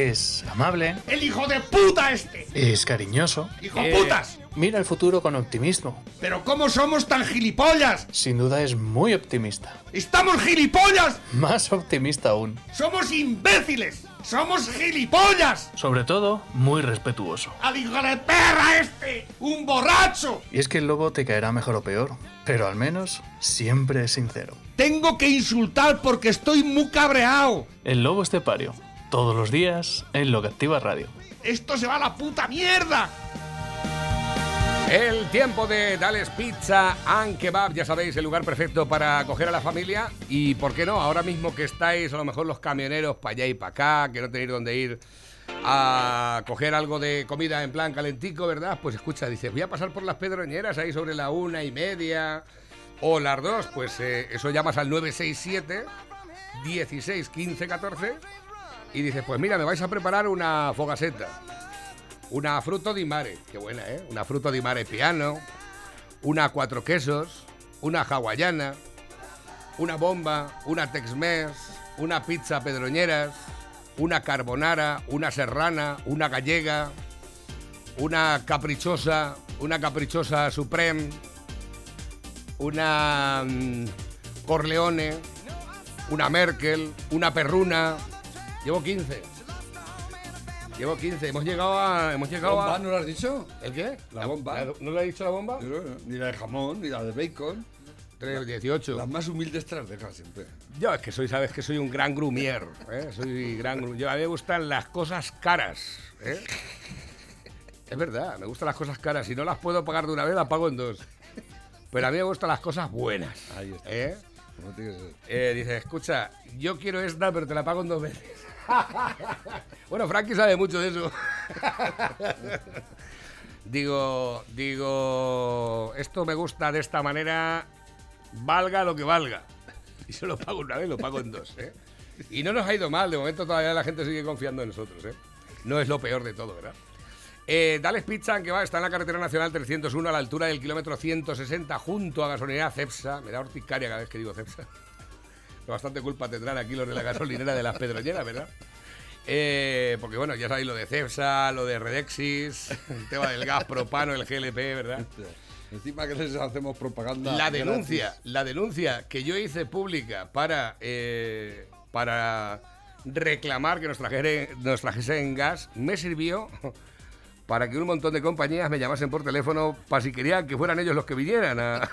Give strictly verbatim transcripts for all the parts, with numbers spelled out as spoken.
Es amable. ¡El hijo de puta este! Es cariñoso. ¡Hijo de putas! Mira el futuro con optimismo. ¿Pero cómo somos tan gilipollas? Sin duda es muy optimista. ¡Estamos gilipollas! Más optimista aún. ¡Somos imbéciles! ¡Somos gilipollas! Sobre todo, muy respetuoso. ¡Al hijo de perra este! ¡Un borracho! Y es que el lobo te caerá mejor o peor, pero al menos siempre es sincero. Tengo que insultar porque estoy muy cabreado. El lobo estepario. Todos los días en Lo que Activa Radio. ¡Esto se va a la puta mierda! El tiempo de Dales Pizza and Kebab, ya sabéis, el lugar perfecto para acoger a la familia. Y por qué no, ahora mismo que estáis, a lo mejor los camioneros para allá y para acá, que no tenéis dónde ir a coger algo de comida en plan calentico, ¿verdad? Pues escucha, dices, voy a pasar por las Pedroñeras ahí sobre la una y media o las dos, pues eh, eso llamas al nueve seis siete, dieciséis, quince, catorce y dices, pues mira, me vais a preparar una fogaseta. Una fruto di mare, qué buena, ¿eh? Una fruto di mare piano, una cuatro quesos, una hawaiana, una bomba, una Tex-Mex, una pizza Pedroñeras, una carbonara, una serrana, una gallega, una caprichosa, una caprichosa supreme, una um, Corleone, una Merkel, una perruna. Llevo quince. Llevo quince, hemos llegado a... Hemos llegado ¿Bomba a... no lo has dicho? ¿El qué? La bomba. La- ¿No le ha dicho la bomba? Yo no, ni la de jamón, ni la de bacon. tres dieciocho. Las más humildes te las dejas siempre. Yo es que soy, sabes que soy un gran grumier, ¿eh? Soy gran gru- Yo, a mí me gustan las cosas caras, ¿eh? Es verdad, me gustan las cosas caras. Si no las puedo pagar de una vez, las pago en dos. Pero a mí me gustan las cosas buenas. Ahí está. ¿Eh? ¿Cómo tiene que ser? Eh, dice, escucha, yo quiero esta, pero te la pago en dos veces. Bueno, Frankie sabe mucho de eso. Digo, digo, esto me gusta de esta manera, valga lo que valga. Y se lo pago una vez, lo pago en dos, ¿eh? Y no nos ha ido mal, de momento todavía la gente sigue confiando en nosotros, ¿eh? No es lo peor de todo, ¿verdad? Eh, Dales Pizza, que va, está en la carretera nacional trescientos uno a la altura del kilómetro ciento sesenta, junto a gasolinera Cepsa. Me da horticaria cada vez que digo Cepsa. Bastante culpa tendrán aquí los de la gasolinera de las Pedroñeras, ¿verdad? Eh, porque bueno, ya sabéis lo de Cepsa, lo de Redexis, el tema del gas propano, el G L P, ¿verdad? Encima que les hacemos propaganda. La denuncia, gratis. la denuncia que yo hice pública para, eh, para reclamar que nos trajere- nos trajesen gas, me sirvió para que un montón de compañías me llamasen por teléfono para si querían que fueran ellos los que vinieran a...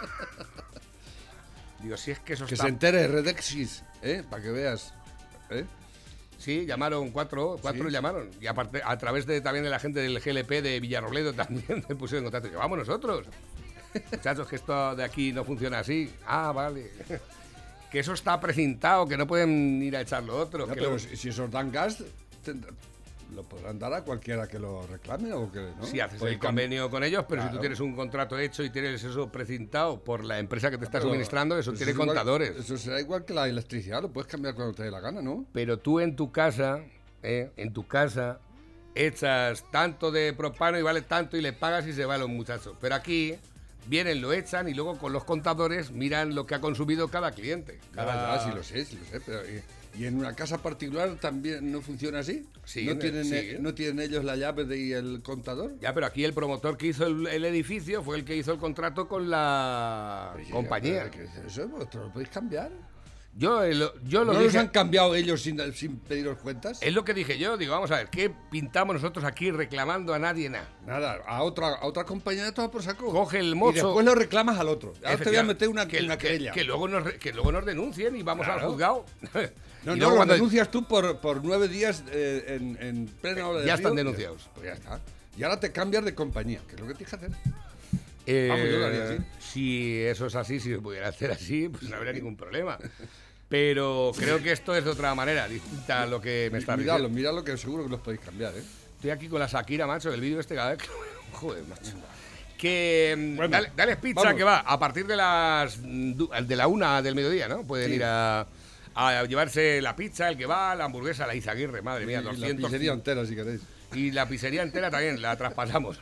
Digo, si es que eso Que está... se entere Redexis, ¿eh? Para que veas. ¿Eh? Sí, llamaron cuatro, cuatro Sí. llamaron. Y aparte, a través de también de la gente del G L P de Villarrobledo también me pusieron en contacto. Y digo, vamos nosotros. Muchachos, que esto de aquí no funciona así. Ah, vale. Que eso está precintado, que no pueden ir a echar lo otro. Ya, que pero lo- si, si esos dan gas, tendrá- lo podrán dar a cualquiera que lo reclame o que no. Si haces Puede el cam- convenio con ellos, pero si Claro. tú tienes un contrato hecho y tienes eso precintado por la empresa que te está Pero- suministrando, eso pero tiene es igual- contadores. Eso será igual que la electricidad, lo puedes cambiar cuando te dé la gana, ¿no? Pero tú en tu casa, ¿eh? en tu casa, echas tanto de propano y vale tanto y le pagas y se va a los muchachos. Pero aquí vienen, lo echan y luego con los contadores miran lo que ha consumido cada cliente. Cada... Cada... Ah, sí lo sé, sí lo sé, pero ¿y, y en una casa particular también no funciona así? Sí, ¿No ne- tienen, sí. eh, ¿No tienen ellos la llave de, y el contador? Ya, pero aquí el promotor que hizo el, el edificio fue el que hizo el contrato con la Oye, compañía. pero ¿qué es eso? ¿Vosotros lo podéis cambiar? Yo, el- yo lo ¿No los dije... han cambiado ellos sin, sin pediros cuentas? Es lo que dije yo, digo, vamos a ver, ¿qué pintamos nosotros aquí reclamando a nadie nada? Nada, a otra, a otra compañía de todo por saco. Coge el Y mozo. después lo reclamas al otro. Ahora te voy a meter una, que, una que- querella. Que, luego nos, re- que luego nos denuncien y vamos Claro. al juzgado. No, Y no, luego lo cuando- denuncias tú por, por nueve días eh, en, en plena hora de Ya frío. están denunciados. Pues ya está. Y ahora te cambias de compañía, que es lo que tienes que hacer. Eh, Vamos, yo lo haría así. Si eso es así, si se pudiera hacer así, pues no habría ningún problema. Pero creo que esto es de otra manera, distinta a lo que me está Míralo, diciendo. míralo, que seguro que los podéis cambiar, ¿eh? Estoy aquí con la Shakira, macho, el vídeo este cada vez que... Joder, macho. Que mm, Bueno, dale, dale pizza, vamos. que va a partir de las mm, du- de la una del mediodía, ¿no? Pueden Sí. ir a, a llevarse la pizza, el que va, la hamburguesa, la Izaguirre, madre mía, Y la doscientos. pizzería entera, si queréis. Y la pizzería entera también, la traspasamos.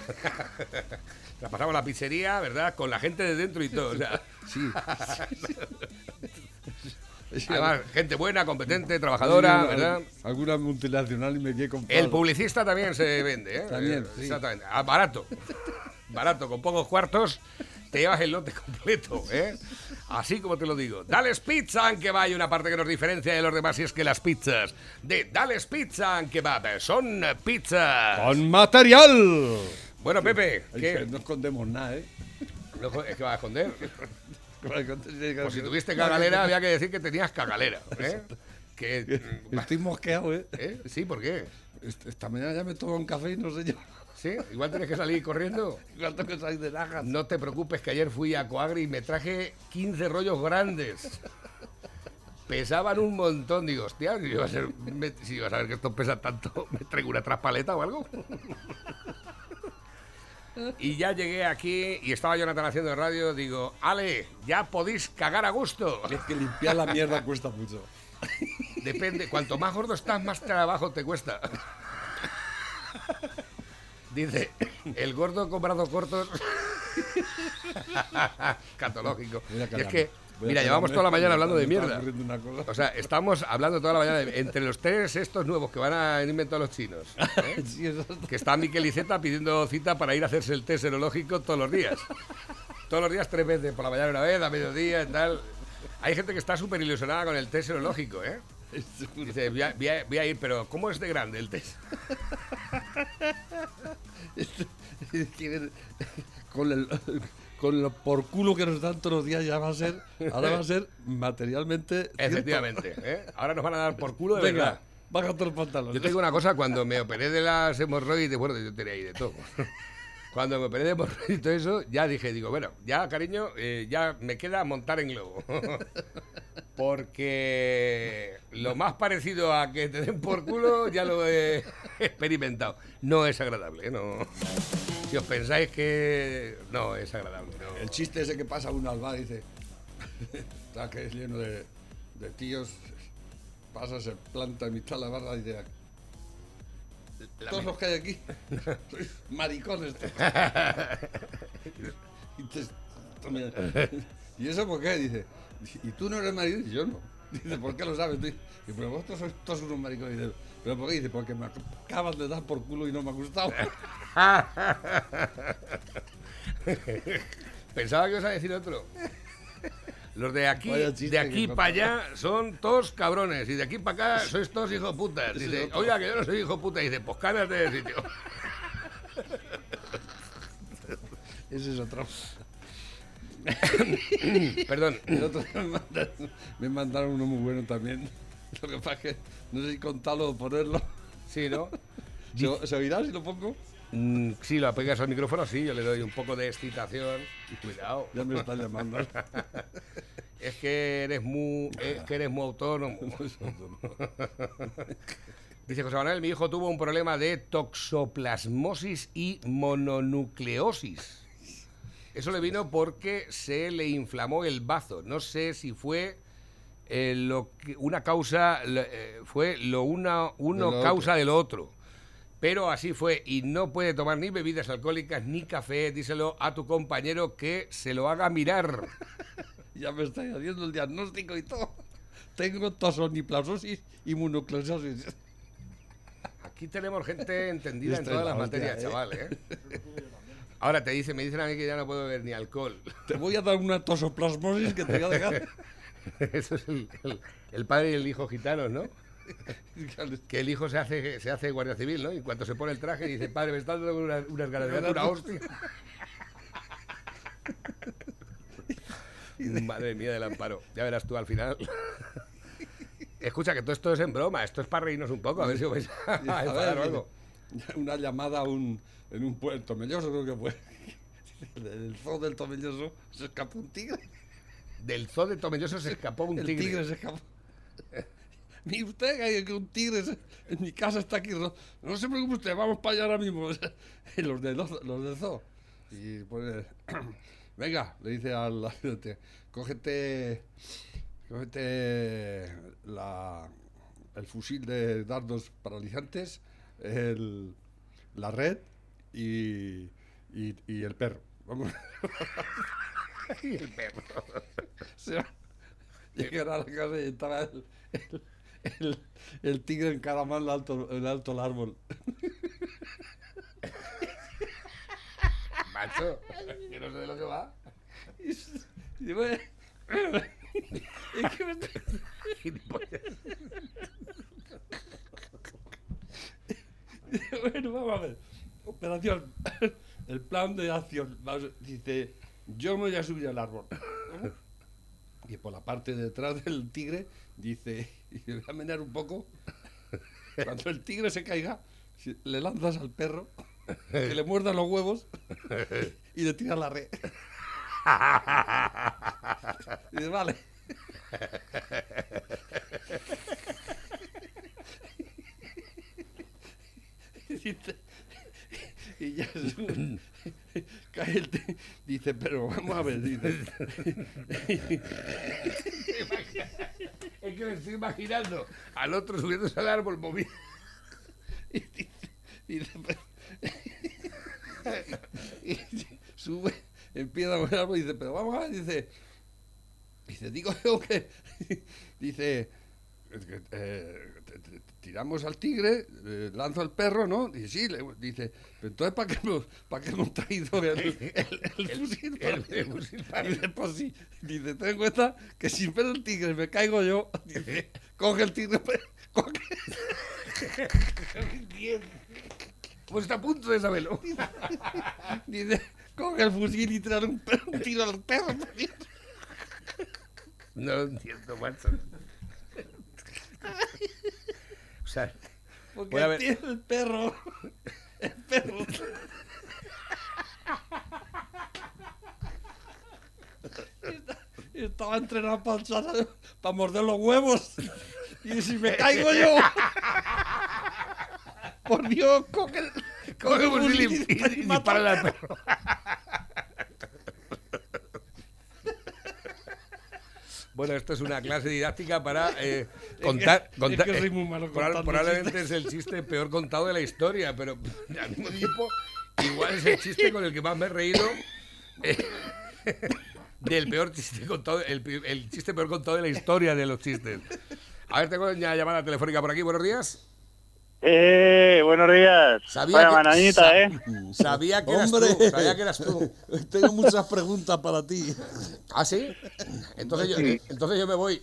Traspasamos la pizzería, ¿verdad? Con la gente de dentro y todo. O sea, Sí. Además, gente buena, competente, trabajadora, alguna, ¿verdad? Alguna multinacional y me quiere comprar. El publicista también se vende, ¿eh? También, Eh, sí. Exactamente. Ah, barato. Barato, con pocos cuartos te llevas el lote completo, ¿eh? Así como te lo digo. Dales Pizza and Kebab, hay una parte que nos diferencia de los demás y es que las pizzas de Dales Pizza and Kebab son pizzas. ¡Con material! Bueno, Pepe, Es ¿qué? que no escondemos nada, ¿eh? No, es que vas a esconder. Pues Pues si tuviste cagalera, había que decir que tenías cagalera, ¿eh? Que, Estoy mosqueado, ¿eh? ¿eh? Sí, ¿por qué? Est- Esta mañana ya me tomo un café y no sé yo. ¿Sí? Igual tienes que salir corriendo. Igual tengo que salir de Najas. No te preocupes que ayer fui a Coagri y me traje quince rollos grandes. Pesaban un montón. Digo, hostia, si iba a, ser, me- si iba a saber que esto pesa tanto, ¿me traigo una traspaleta o algo? Y ya llegué aquí y estaba Jonathan haciendo radio. Digo, Ale, ya podéis cagar a gusto. Es que limpiar la mierda cuesta mucho. Depende, cuanto más gordo estás, más trabajo te cuesta. Dice, el gordo con brazos cortos. Catológico. Voy a Y es cagarme. que, Voy a mira, llevamos cagarme. toda la mañana hablando de Me está mierda. ocurriendo una cosa. O sea, estamos hablando toda la mañana de- entre los tres estos nuevos que van a inventar los chinos. ¿eh? Sí, eso- Que está Miquel Iceta pidiendo cita para ir a hacerse el test serológico todos los días. Todos los días, tres veces, por la mañana una vez, a mediodía y tal. Hay gente que está súper ilusionada con el test serológico, ¿eh? Dice, voy a, voy a- voy a ir, pero ¿cómo es de grande el test? Es que con el con lo por culo que nos dan todos los días ya va a ser, ahora va a ser materialmente cierto. Efectivamente, ¿eh? Ahora nos van a dar por culo de Venga, verdad. bájate los pantalones. Yo te digo una cosa, cuando me operé de las hemorroides, bueno, yo tenía ahí de todo. Cuando me operé de hemorroides y todo eso, ya dije, digo, bueno, ya cariño, eh, ya me queda montar en globo. Porque lo más parecido a que te den por culo ya lo he experimentado. No es agradable, ¿eh? No. Si os pensáis que no es agradable. No. El chiste ese que pasa uno al bar y dice, está que es lleno de, de tíos, pasa, se planta en mitad de la barra y dice, La todos me- los que hay aquí, sois maricones. y, te- también- ¿Y eso por qué? Dice, ¿y tú no eres maricón? Y yo no. Dice, ¿por qué lo sabes? Dice, pero vosotros sois todos unos maricones. Dice, ¿pero por qué? Dice, porque me acabas de dar por culo y no me ha gustado. Pensaba que ibas a decir otro. Los de aquí, Vaya chiste de aquí que para allá son todos cabrones y de aquí para acá sois todos hijos putas. Ese Dice, es otro. oiga, que yo no soy hijo puta. Dice, pues cámbiate de sitio. Ese es otro. Perdón. El otro día me mandaron, me mandaron uno muy bueno también. Lo que pasa es que no sé si contarlo o ponerlo. Sí, ¿no? ¿Se, ¿se oirá si lo pongo? Mm, sí, lo apegas al micrófono, sí, yo le doy un poco de excitación. Cuidado. Ya me están llamando. Es que eres muy, es que eres muy autónomo. Dice José Manuel, mi hijo tuvo un problema de toxoplasmosis y mononucleosis. Eso le vino porque se le inflamó el bazo. No sé si fue eh, lo que, una causa, lo- eh, fue lo una, uno De lo causa de lo otro. Pero así fue y no puede tomar ni bebidas alcohólicas ni café. Díselo a tu compañero que se lo haga mirar. Ya me estoy haciendo el diagnóstico y todo. Tengo tosoniplasosis y monocleosis. Aquí tenemos gente entendida en Esto es todas la las hostia, materias, ¿eh? chaval, ¿eh? Ahora te dice, me dicen a mí que ya no puedo beber ni alcohol. Te voy a dar una tosoplasmosis que te voy a dejar. Eso es el, el- el padre y el hijo gitanos, ¿no? Que el hijo se hace, se hace guardia civil, ¿no? Y cuando se pone el traje dice, padre, me está dando unas, unas ganas de darte una hostia. Madre mía del amparo. Ya verás tú al final. Escucha, que todo esto es en broma. Esto es para reírnos un poco. A ver si os vais a A ver, enfadar o algo. Una llamada a un, en un puerto Tomelloso, creo que fue. Del zoo del Tomelloso se escapó un tigre. Del zoo de Tomelloso se escapó un El tigre. tigre se escapó. Mire usted que hay que un tigre se- en mi casa está aquí. No, no se preocupe usted, vamos para allá ahora mismo. Y los, de, los, los del zoo. Y pone, venga, le dice al ayudante, cógete, cógete la, el fusil de dardos paralizantes, el, la red y, y, y el perro. Vamos. Y el perro. Se va, Llegué a la casa y estaba el, el, el, el tigre encaramado en el alto, en el alto del árbol. Macho, yo no sé de lo que va. Y, y bueno, es que me... Bueno, vamos a ver. Operación. El plan de acción. Vamos, dice, yo me voy a subir al árbol. Y por la parte de detrás del tigre, dice, y le voy a menear un poco. Cuando el tigre se caiga, le lanzas al perro, que le muerdan los huevos y le tiras la red. Y dice, vale. Y dice, y ya cae el te- dice, pero vamos a ver, dice. Es que me estoy imaginando al otro subiéndose al árbol moviendo. Y dice, dice, pero- y sube, empieza a mover el árbol y dice, pero vamos a ver, dice, dice, digo yo que, dice, es que, eh, t- t- tiramos al tigre, eh, lanzo al perro, ¿no? Dice, sí, le- dice, pero entonces ¿para qué, hemos- ¿para qué hemos traído el, el, el, el fusil? Para el- el fusil para- Dice, pues sí, dice, ten en cuenta que si en vez del tigre me caigo yo, dice, coge el tigre, pues, coge... Pues está a punto de saberlo. Dice, coge el fusil y tira un, perro, un tiro al perro. No lo entiendo, macho. O sea, Porque puede haber- tiene el perro. El perro. Está- Estaba entrenado para, para morder los huevos. Y si me caigo yo. Por Dios, coge el, coge el fusil y, y, y mata dispárale al al perro. Bueno, esto es una clase didáctica para eh, contar. es contar que soy eh, muy malo proba- contando probablemente chistes. es el chiste peor contado de la historia, pero al mismo tiempo, igual es el chiste con el que más me he reído. eh, del peor chiste contado, el, pi- el chiste peor contado de la historia de los chistes. A ver, tengo una llamada telefónica por aquí. Buenos días. Eh, buenos días. Sabía Vaya que- mananita, sa- ¿eh? Sabía que eras ¡Hombre! tú. Sabía que eras tú. Tengo muchas preguntas para ti. ¿Ah, sí? Entonces yo, entonces yo me voy.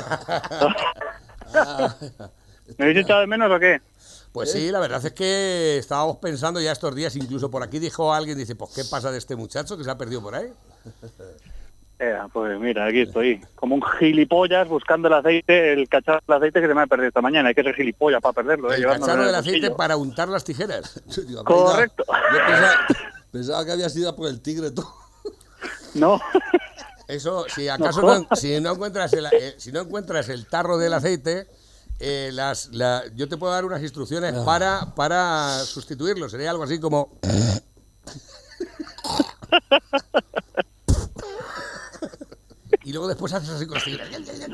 ¿Me habéis echado de menos o qué? Pues sí, la verdad es que estábamos pensando ya estos días, incluso por aquí dijo alguien, dice, pues ¿qué pasa de este muchacho que se ha perdido por ahí? Eh, pues mira, aquí estoy, como un gilipollas buscando el aceite, el cacharro del aceite que se me ha perdido esta mañana. Hay que ser gilipollas para perderlo, ¿eh? El Llevárnoslo cacharro en el del aceite bolsillo. para untar las tijeras. Digo, Correcto. Yo pensaba, pensaba que habías ido por el tigre tú. No. Eso, si acaso no, si no encuentras el, eh, si no encuentras el tarro del aceite, eh, las, la- yo te puedo dar unas instrucciones para, para sustituirlo. Sería algo así como... Y luego después haces así con las tijeras.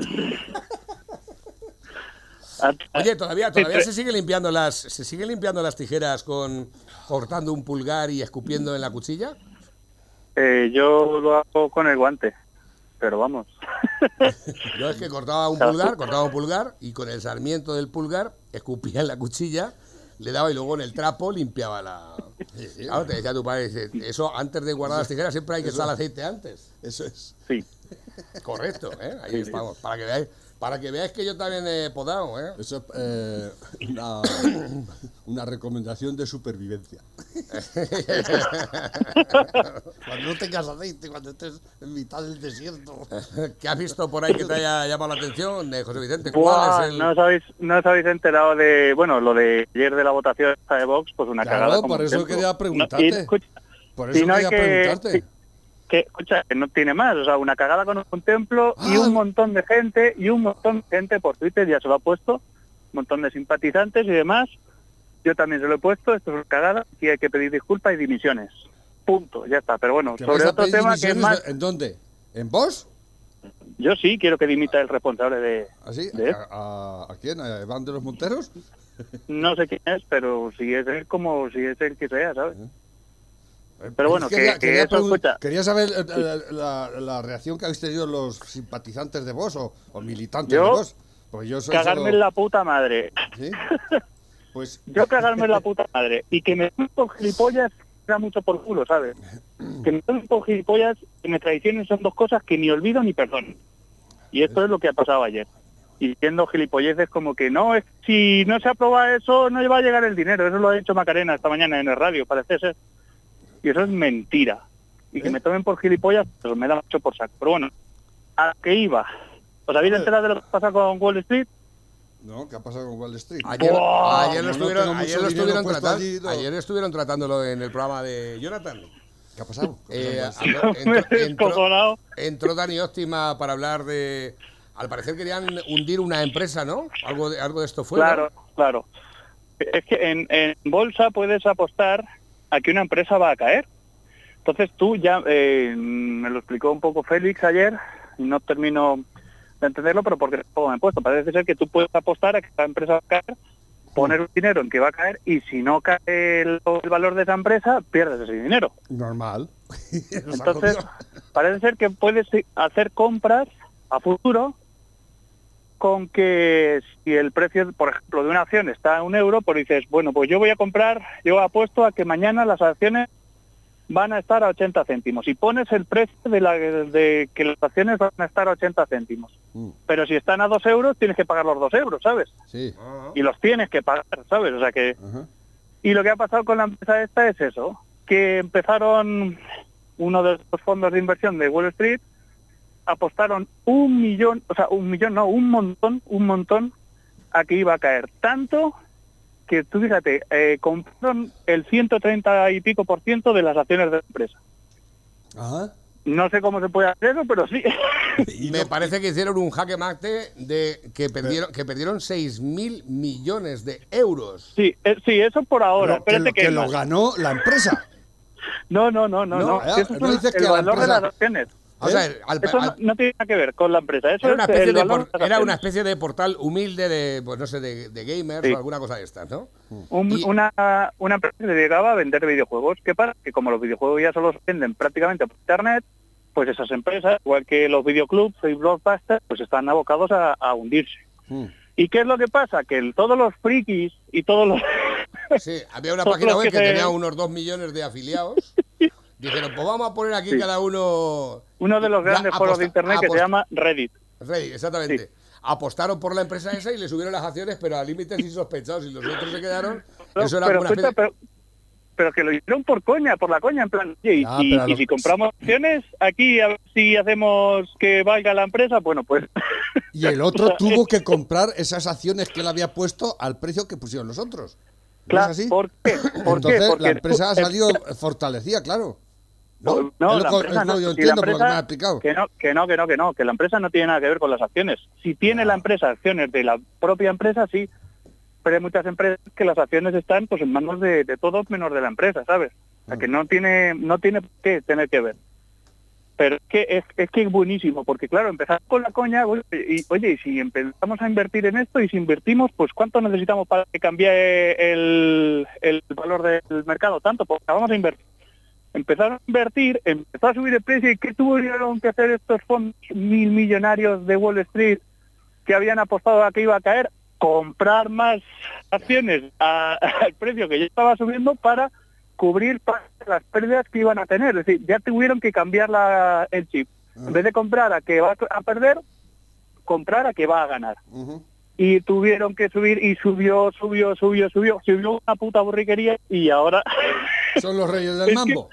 Oye, todavía, todavía se sigue limpiando las, se sigue limpiando las tijeras con cortando un pulgar y escupiendo en la cuchilla. Eh, yo lo hago con el guante, pero vamos. Yo es que cortaba un pulgar, cortaba un pulgar y con el sarmiento del pulgar escupía en la cuchilla, le daba y luego en el trapo limpiaba la... Claro, te decía tu padre, dice, eso antes de guardar las tijeras siempre hay que echar el aceite antes. Eso es. Sí. Correcto, ¿eh? Ahí estamos, para que veáis, para que veáis que yo también he podado, ¿eh? Eso es eh, una, una recomendación de supervivencia. Cuando no tengas aceite, cuando estés en mitad del desierto. ¿Qué has visto por ahí que te haya llamado la atención, eh, José Vicente? Buah, ¿Cuál es el...? no, os habéis, no os habéis enterado de, bueno, lo de ayer de la votación esta de Vox, pues una Claro, cagada. como por un eso templo. quería No, y, preguntarte. escucha, Por si eso no hay quería que- preguntarte. sí. que, escucha, que no tiene más, o sea, una cagada con un templo y Ah. un montón de gente, y un montón de gente por Twitter ya se lo ha puesto, un montón de simpatizantes y demás. Yo también se lo he puesto, esto es una cagada, y hay que pedir disculpas y dimisiones. Punto, ya está. Pero bueno, ¿Que sobre vais a otro pedir tema que es dimisiones? más, ¿En dónde? ¿En vos? yo sí quiero que dimita el responsable de, ¿Así? de ¿A, a, a quién? ¿A Iván de los Monteros? no sé quién es, pero si es él como si es el que sea, ¿sabes? Pero bueno, quería, que, que quería, eso, pregun- escucha, quería saber eh, la, la reacción que habéis tenido los simpatizantes de vos o, o militantes Yo, de vos. Pues yo soy cagarme solo- en la puta madre. ¿Sí? Pues Yo cagarme en la puta madre. Y que me tomen por gilipollas da mucho por culo, ¿sabes? Que me tomen por gilipollas y me traicionen son dos cosas que ni olvido ni perdono. Y esto es lo que ha pasado ayer. Y diciendo gilipolleces como que no, es si no se aprueba eso, no va a llegar el dinero. Eso lo ha dicho Macarena esta mañana en el radio, parece ser. Y eso es mentira. Y que ¿Eh? me tomen por gilipollas, pues me da mucho por saco. Pero bueno, ¿a qué iba? ¿Os habéis enterado de lo que pasa con Wall Street? ¿no? ¿Qué ha pasado con Wall Street? Ayer, ¡Buah! ayer lo Como no estuvieron, tengo ayer mucho lo dinero estuvieron puesto tratando, allí, no. ayer estuvieron tratándolo en el programa de Jonathan. ¿Qué ha pasado? ¿Qué ha Eh, pasado? habló- Me entró, he entró- descojonado. entró Dani Óptima para hablar de... Al parecer querían hundir una empresa, ¿no? Algo de, algo de esto fue, ¿no? Claro, claro. Es que en, en bolsa puedes apostar a que una empresa va a caer. Entonces tú ya, eh, me lo explicó un poco Félix ayer, y no termino de entenderlo, pero porque tampoco me he puesto. Parece ser que tú puedes apostar a que la empresa va a caer, poner un dinero en que va a caer, y si no cae el, el valor de esa empresa, pierdes ese dinero. Normal. Entonces, parece ser que puedes hacer compras a futuro con que si el precio, por ejemplo, de una acción está a un euro, pues dices, bueno, pues yo voy a comprar, yo apuesto a que mañana las acciones van a estar a ochenta céntimos. Y pones el precio de, la, de que las acciones van a estar a ochenta céntimos. Mm, Pero si están a dos euros, tienes que pagar los dos euros, ¿sabes? sí. Y los tienes que pagar, ¿sabes? O sea que... Ajá. Y lo que ha pasado con la empresa esta es eso, que empezaron uno de los fondos de inversión de Wall Street, apostaron un millón, o sea, un millón, no, un montón, un montón a que iba a caer. Tanto que tú fíjate, eh, compraron el ciento treinta y pico por ciento de las acciones de la empresa. Ajá. No sé cómo se puede hacer eso, pero sí. Y Me no- parece que hicieron un jaque mate de que perdieron que perdieron seis mil millones de euros. Sí, eh, sí, eso por ahora. Pero que, Espérate lo, que que hay lo más. ganó la empresa. No, no, no, no, No, no. ya, Eso es no un- dices el que a la valor empresa- de las acciones. O sea, al- Eso no, al- no tiene nada que ver con la empresa. Eso era, una es especie el de valor por- de las era una acciones. especie de portal humilde de, pues no sé, de, de gamers Sí. o alguna cosa de estas, ¿no? Un- Y- una, una empresa que se dedicaba a vender videojuegos. ¿Qué pasa? Que como los videojuegos ya solo se venden prácticamente por internet, pues esas empresas, igual que los videoclubs y blockbusters, pues están abocados a, a hundirse. Mm. ¿Y qué es lo que pasa? Que el- todos los frikis y todos los... Sí, había una Todos página los web que que se- tenía unos dos millones de afiliados. Dijeron, pues vamos a poner aquí Sí. cada uno... Uno de los Ya, grandes foros de aposta- internet que se aposta- llama Reddit. Reddit, exactamente. Sí. Apostaron por la empresa esa y le subieron las acciones, pero a límites insospechados. Y los otros se quedaron... Pero, eso era pero, como una escucha, especie- pero, pero que lo hicieron por coña, por la coña, en plan, oye, y, Ya, y- pero a y lo- si compramos acciones, aquí a ver si hacemos que valga la empresa, bueno, pues... Y el otro tuvo que comprar esas acciones que él había puesto al precio que pusieron los otros. ¿No Claro, es así? ¿por qué? ¿Por Entonces qué? Porque la empresa ha tú- salido fortalecida, claro. No, ¿No? no, Es la lo, empresa es lo no, que yo si la entiendo por lo que me empresa- ha explicado. Que no, que no, que no, que no, que la empresa no tiene nada que ver con las acciones. Si tiene la empresa acciones de la propia empresa, sí, pero hay muchas empresas que las acciones están pues en manos de, de todos menos de la empresa, ¿sabes? O sea, que no tiene, no tiene por qué tener que ver. Pero es que es, es que es buenísimo, porque claro, empezar con la coña, oye, y, oye, y si empezamos a invertir en esto y si invertimos, pues ¿cuánto necesitamos para que cambie el, el valor del mercado? Tanto, pues vamos a invertir. Empezaron a invertir, empezó a subir el precio, y ¿qué tuvieron que hacer estos fondos mil millonarios de Wall Street que habían apostado a que iba a caer? Comprar más acciones a- al precio que ya estaba subiendo para cubrir parte de las pérdidas que iban a tener. Es decir, ya tuvieron que cambiar la, el chip. En vez de comprar a que va a perder, comprar a que va a ganar. Ujú. Y tuvieron que subir y subió, subió, subió, subió, subió una puta borriquería y ahora... Son los reyes Es del que- mambo.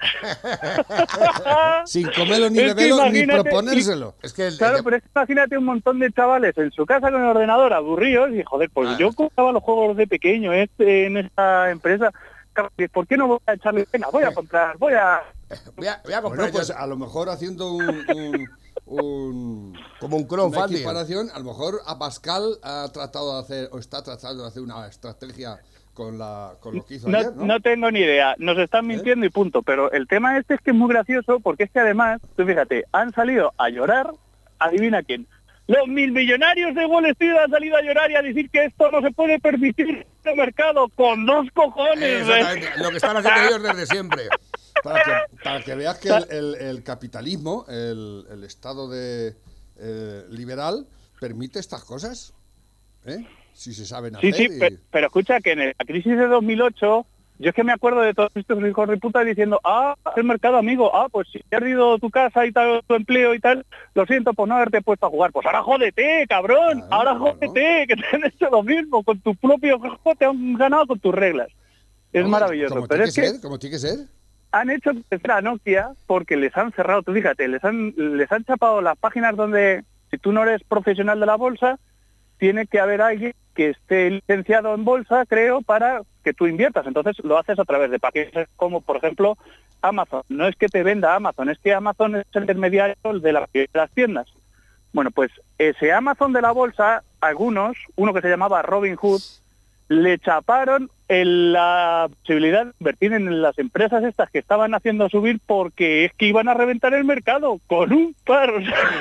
Sin comerlo ni Es que beberlo ni imagínate- proponérselo. Es que el- Claro, el- pero es que imagínate un montón de chavales en su casa con el ordenador aburridos y joder, pues Ah. yo compraba los juegos de pequeño este, en esta empresa. ¿Por qué no voy a echarle pena? Voy a comprar, voy a... voy, a, voy a comprar Bueno, pues yo- a lo mejor haciendo un, un, un- como un una crowdfunding. equiparación, a lo mejor a Pascal ha tratado de hacer, o está tratando de hacer una estrategia con la con lo que hizo No, ayer, ¿no? no tengo ni idea, nos están mintiendo y punto, pero el tema este es que es muy gracioso porque es que además, tú fíjate, han salido a llorar, adivina quién. Los mil millonarios de Wall Street han salido a llorar y a decir que esto no se puede permitir en este mercado con dos cojones. Eh, ¿eh? exactamente, lo que están haciendo ellos desde siempre. para, que, para que veas que el, el, el capitalismo, el, el estado de eh, liberal, permite estas cosas, ¿eh? Si se saben hacer. Sí, sí, y... pero, pero escucha que en la crisis de dos mil ocho, yo es que me acuerdo de todos estos hijos de puta diciendo, ah, el mercado amigo, ah, pues si has perdido tu casa y tal, tu empleo y tal, lo siento por no haberte puesto a jugar. Pues ahora jódete, cabrón, Claro, ahora claro. jódete, que te han hecho lo mismo, con tu propio juego te han ganado con tus reglas. Es No, maravilloso, como pero tiene es que que ser, como tiene que ser. han hecho crecer a Nokia porque les han cerrado, tú fíjate, les han, les han chapado las páginas donde, si tú no eres profesional de la bolsa, tiene que haber alguien que esté licenciado en bolsa, creo, para que tú inviertas. Entonces lo haces a través de páginas como, por ejemplo, Amazon. No es que te venda Amazon, es que Amazon es el intermediario de, la, de las tiendas. Bueno, pues ese Amazon de la bolsa, algunos, uno que se llamaba Robin Hood, le chaparon en la posibilidad de invertir en las empresas estas que estaban haciendo subir porque es que iban a reventar el mercado con un paro.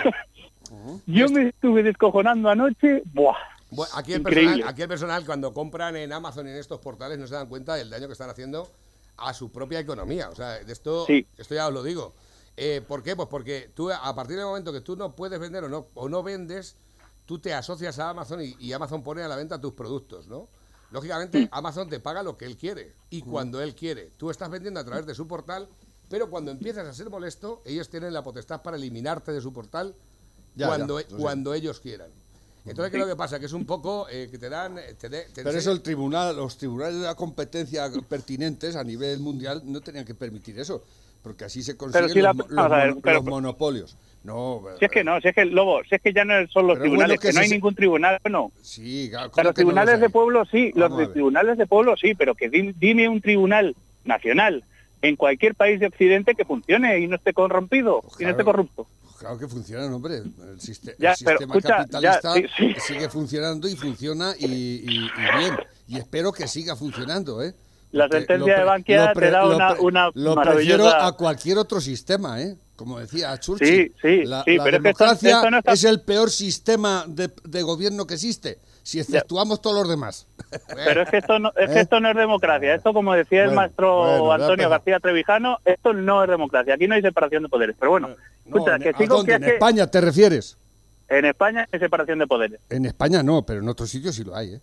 Yo me estuve descojonando anoche. ¡Buah! Bueno, aquí, el Increíble. personal, aquí el personal, cuando compran en Amazon y en estos portales, no se dan cuenta del daño que están haciendo a su propia economía. O sea, de esto, Sí. esto ya os lo digo. Eh, ¿Por qué? Pues porque tú, a partir del momento que tú no puedes vender o no, o no vendes, tú te asocias a Amazon y, y Amazon pone a la venta tus productos, ¿no? Lógicamente, Amazon te paga lo que él quiere y cuando él quiere. Tú estás vendiendo a través de su portal, pero cuando empiezas a ser molesto, ellos tienen la potestad para eliminarte de su portal Ya, cuando, ya, lo sé. cuando ellos quieran. Entonces, ¿qué es lo que pasa? Que es un poco eh, que te dan... Te de- te Pero enseñan- eso el tribunal, los tribunales de la competencia pertinentes a nivel mundial no tenían que permitir eso, porque así se consiguen si la- los, mo- vamos los a ver, mono- pero- los monopolios. No, Si es que no, si es que, Lobo, si es que ya no son los Pero es tribunales, bueno que que no se- hay ningún tribunal, no. Sí, claro, ¿cómo Pero los que no los tribunales de hay? pueblo sí, Vamos los a de ver. tribunales de pueblo sí, pero que di- dime un tribunal nacional en cualquier país de Occidente que funcione y no esté corrompido y no esté Claro. corrupto. Claro que funciona, hombre. El, siste- Ya, el pero sistema escucha, capitalista ya, sí, sí. sigue funcionando y funciona y, y- y bien. Y espero que siga funcionando, ¿eh? La Porque sentencia lo de pre- Bankia lo pre- te da lo una, pre- una Lo maravillosa... prefiero a cualquier otro sistema, ¿eh? Como decía Churchill. Sí, sí, la, sí, la pero es que esto- democracia esto no está- es el peor sistema de, de gobierno que existe, si exceptuamos todos los demás. Pero es que esto no es, que ¿Eh? esto no es democracia. Esto, como decía el Bueno, maestro bueno, ya Antonio empezó. García Trevijano, esto no es democracia. Aquí no hay separación de poderes. Pero bueno, No, escucha, en- que ¿a sigo dónde? que ¿En es que España te refieres? en España hay separación de poderes. En España no, pero en otros sitios sí lo hay, ¿eh?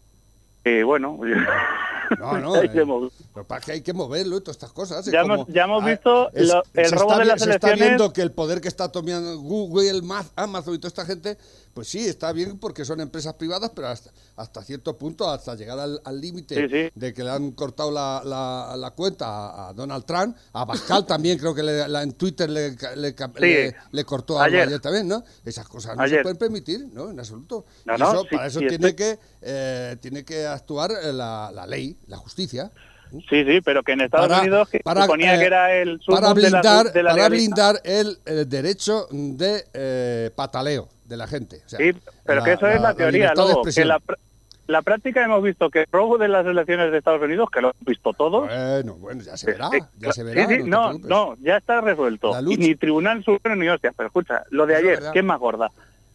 Y bueno, No, no. hay eh, que mover. Lo que pasa es que hay que moverlo y todas estas cosas. es Ya como- hemos- ya hemos ah, visto es- lo- el se robo está de vi- las Se está elecciones. viendo que el poder que está tomando Google, Maz- Amazon y toda esta gente, pues sí, está bien porque son empresas privadas, pero hasta, hasta cierto punto, hasta llegar al al límite Sí, sí. de que le han cortado la, la- la cuenta a, a Donald Trump, a Pascal también, creo que le- la- en Twitter le, le, Sí. le- le cortó algo Ayer. ayer también, ¿no? Esas cosas no Ayer. se pueden permitir, ¿no? En absoluto. No, Y no, eso, sí, para eso sí, tiene, estoy- que, eh, tiene que actuar eh, la, la ley, la justicia. Sí, sí, pero que en Estados Para- Unidos que para, suponía eh, que era el para sumum de la- blindar, de la para legalidad. blindar el, eh, derecho de eh, pataleo de la gente. O sea, Sí, pero que eso es la teoría, libertad de luego, que expresión. la, pr- la práctica hemos visto que el robo de las elecciones de Estados Unidos, que lo hemos visto todos. Bueno, bueno, ya se verá, eh, ya se verá. sí, sí, te no, preocupes. no, ya está resuelto. La Y lucha. ni Tribunal Supremo ni hostias, pero escucha, lo de Eso es ayer, verdad. ¿qué es más gorda?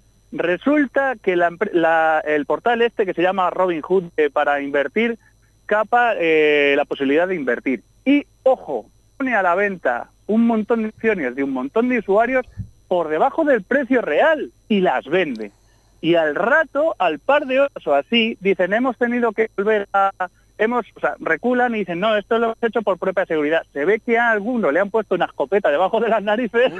Resulta que la empre- la- el portal este que se llama Robin Hood eh, para invertir, capa eh, la posibilidad de invertir. Y, ojo, pone a la venta un montón de acciones de un montón de usuarios por debajo del precio real y las vende. Y al rato, al par de horas o así, dicen, hemos tenido que volver a... hemos, o sea, reculan y dicen, no, esto lo hemos hecho por propia seguridad. Se ve que a alguno le han puesto una escopeta debajo de las narices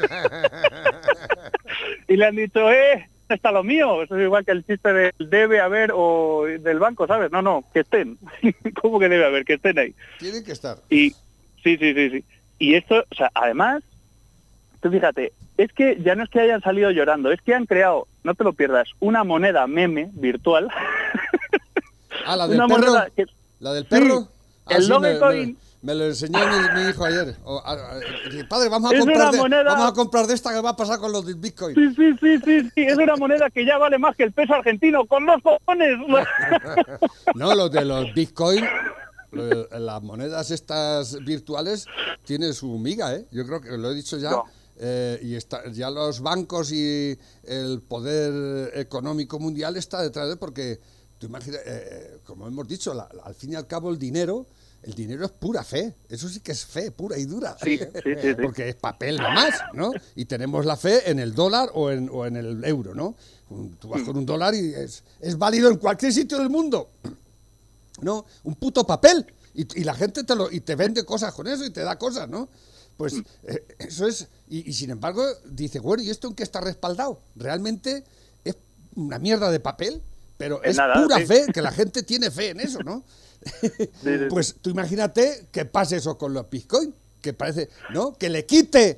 y le han dicho, eh, está lo mío. Eso es igual que el chiste del debe haber o del banco, ¿sabes? No, no, que estén. ¿Cómo que debe haber? Que estén ahí. Tienen que estar. Y sí, sí, sí, sí. Y esto, o sea, además, tú fíjate, es que ya no es que hayan salido llorando, es que han creado, no te lo pierdas, una moneda meme virtual. Ah, la del Una perro. moneda que- ¿La del perro? Sí, Ah, el sí, me, Dogecoin. me- me lo enseñó mi, mi hijo ayer. O, a- a- dice, padre, vamos a, Es comprar una de, moneda- vamos a comprar de esta que va a pasar con los del Bitcoin. Sí, sí, sí, sí, sí, es una moneda que ya vale más que el peso argentino, con los cojones. No, los de los Bitcoin, lo de- las monedas estas virtuales, tienen su miga, ¿eh? Yo creo que lo he dicho ya. No. eh, y está, ya los bancos y el poder económico mundial está detrás de porque tú imaginas, eh, como hemos dicho, la- la- al fin y al cabo el dinero el dinero es pura fe, eso sí que es fe pura y dura, Sí, sí, sí, sí. porque es papel nomás, ¿no? Y tenemos la fe en el dólar o en, o en el euro, ¿no? Tú vas con un dólar y es, es válido en cualquier sitio del mundo, ¿no? Un puto papel, y, y la gente te lo y te vende cosas con eso y te da cosas, ¿no? Pues eh, eso es, y, y sin embargo dice, bueno, ¿y esto en qué está respaldado? Realmente es una mierda de papel, pero Es es nada, pura sí. fe, que la gente tiene fe en eso, ¿no? sí, sí. Pues tú imagínate que pase eso con los Bitcoin, que parece, ¿no? Que le quite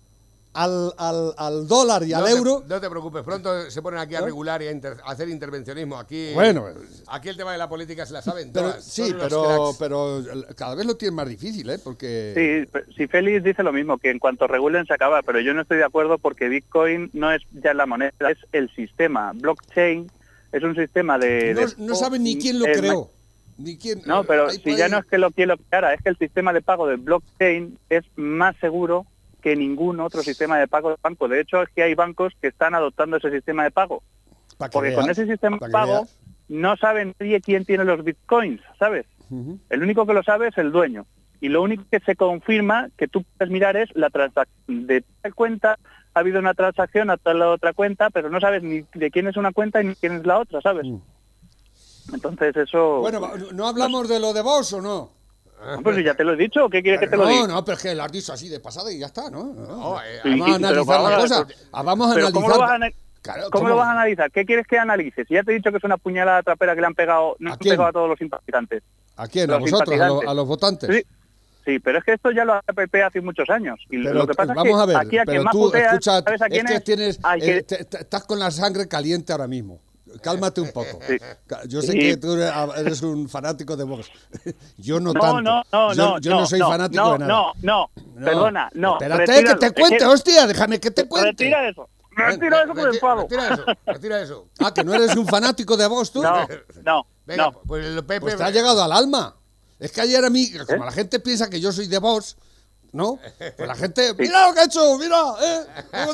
al, al, al dólar y al no euro. Te, no te preocupes, pronto se ponen aquí a ¿No? regular y a, inter- a hacer intervencionismo. Aquí, Bueno, aquí el tema de la política se la saben pero todas. sí, son unos pero, cracks. pero cada vez lo tienen más difícil, ¿eh? Porque Sí, si Félix dice lo mismo, que en cuanto regulen se acaba, pero yo no estoy de acuerdo porque Bitcoin no es ya la moneda, es el sistema. Blockchain es un sistema de... no, de- no saben ni quién lo el- creó. Ni quién, No, pero ahí si puede- ya no es que lo quiera lo creara, es que el sistema de pago de blockchain es más seguro que ningún otro sistema de pago de banco. De hecho, es que hay bancos que están adoptando ese sistema de pago. Pa' que Porque con veas, ese sistema pa' de que pago veas. no sabe nadie quién tiene los bitcoins, ¿sabes? Ujú. El único que lo sabe es el dueño. Y lo único que se confirma que tú puedes mirar es la transacción de tal cuenta, ha habido una transacción a tal otra cuenta, pero no sabes ni de quién es una cuenta ni quién es la otra, ¿sabes? Mm. Entonces eso... Bueno, va- ¿no hablamos de lo de vos o no? Pues si ya te lo he dicho, ¿qué quieres que te lo no, diga? no, pero es que lo has dicho así de pasada y ya está, ¿no? No, No, eh, Sí, vamos a sí, pero analizar la vamos a- cosa. Ah, Vamos a Pero analizar. ¿cómo lo vas a, ana- Claro, ¿cómo ¿cómo? lo vas a analizar? ¿Qué quieres que analice? Si ya te he dicho que es una puñalada trapera que le han pegado, no ¿A han quién? pegado a todos los simpatizantes. ¿A quién? ¿A los vosotros? ¿A, lo- simpatizantes. a los votantes? Sí, sí, pero es que esto ya lo hace P P hace muchos años. Y Pero lo que pasa vamos es que a ver, aquí a pero quien más tú, putea, escucha, ¿sabes a quién es que es? tienes, Al que- eh, te- te- estás con la sangre caliente ahora mismo. Cálmate un poco. Sí. Ca- Yo sé Sí. que tú eres eres un fanático de Vox. Yo no, No, tanto. no, no, yo, no, yo no, soy fanático no, de nada. No, no, No. perdona, no. Espérate, que retíralo. te Es cuente, hostia, déjame que te cuente. Retira eso. Retira eso por el Reti- pavo. Retira eso, retira eso. Ah, que no eres un fanático de Vox tú. No, no, Venga, no. pues el Pepe... Pues te ha llegado al alma. Es que ayer a mí, como la gente piensa que yo soy de Vox, ¿no? Pues la gente, mira lo que ha hecho, mira, ¿eh? ¿Cómo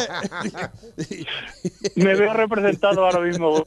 dice que? Me veo representado ahora mismo.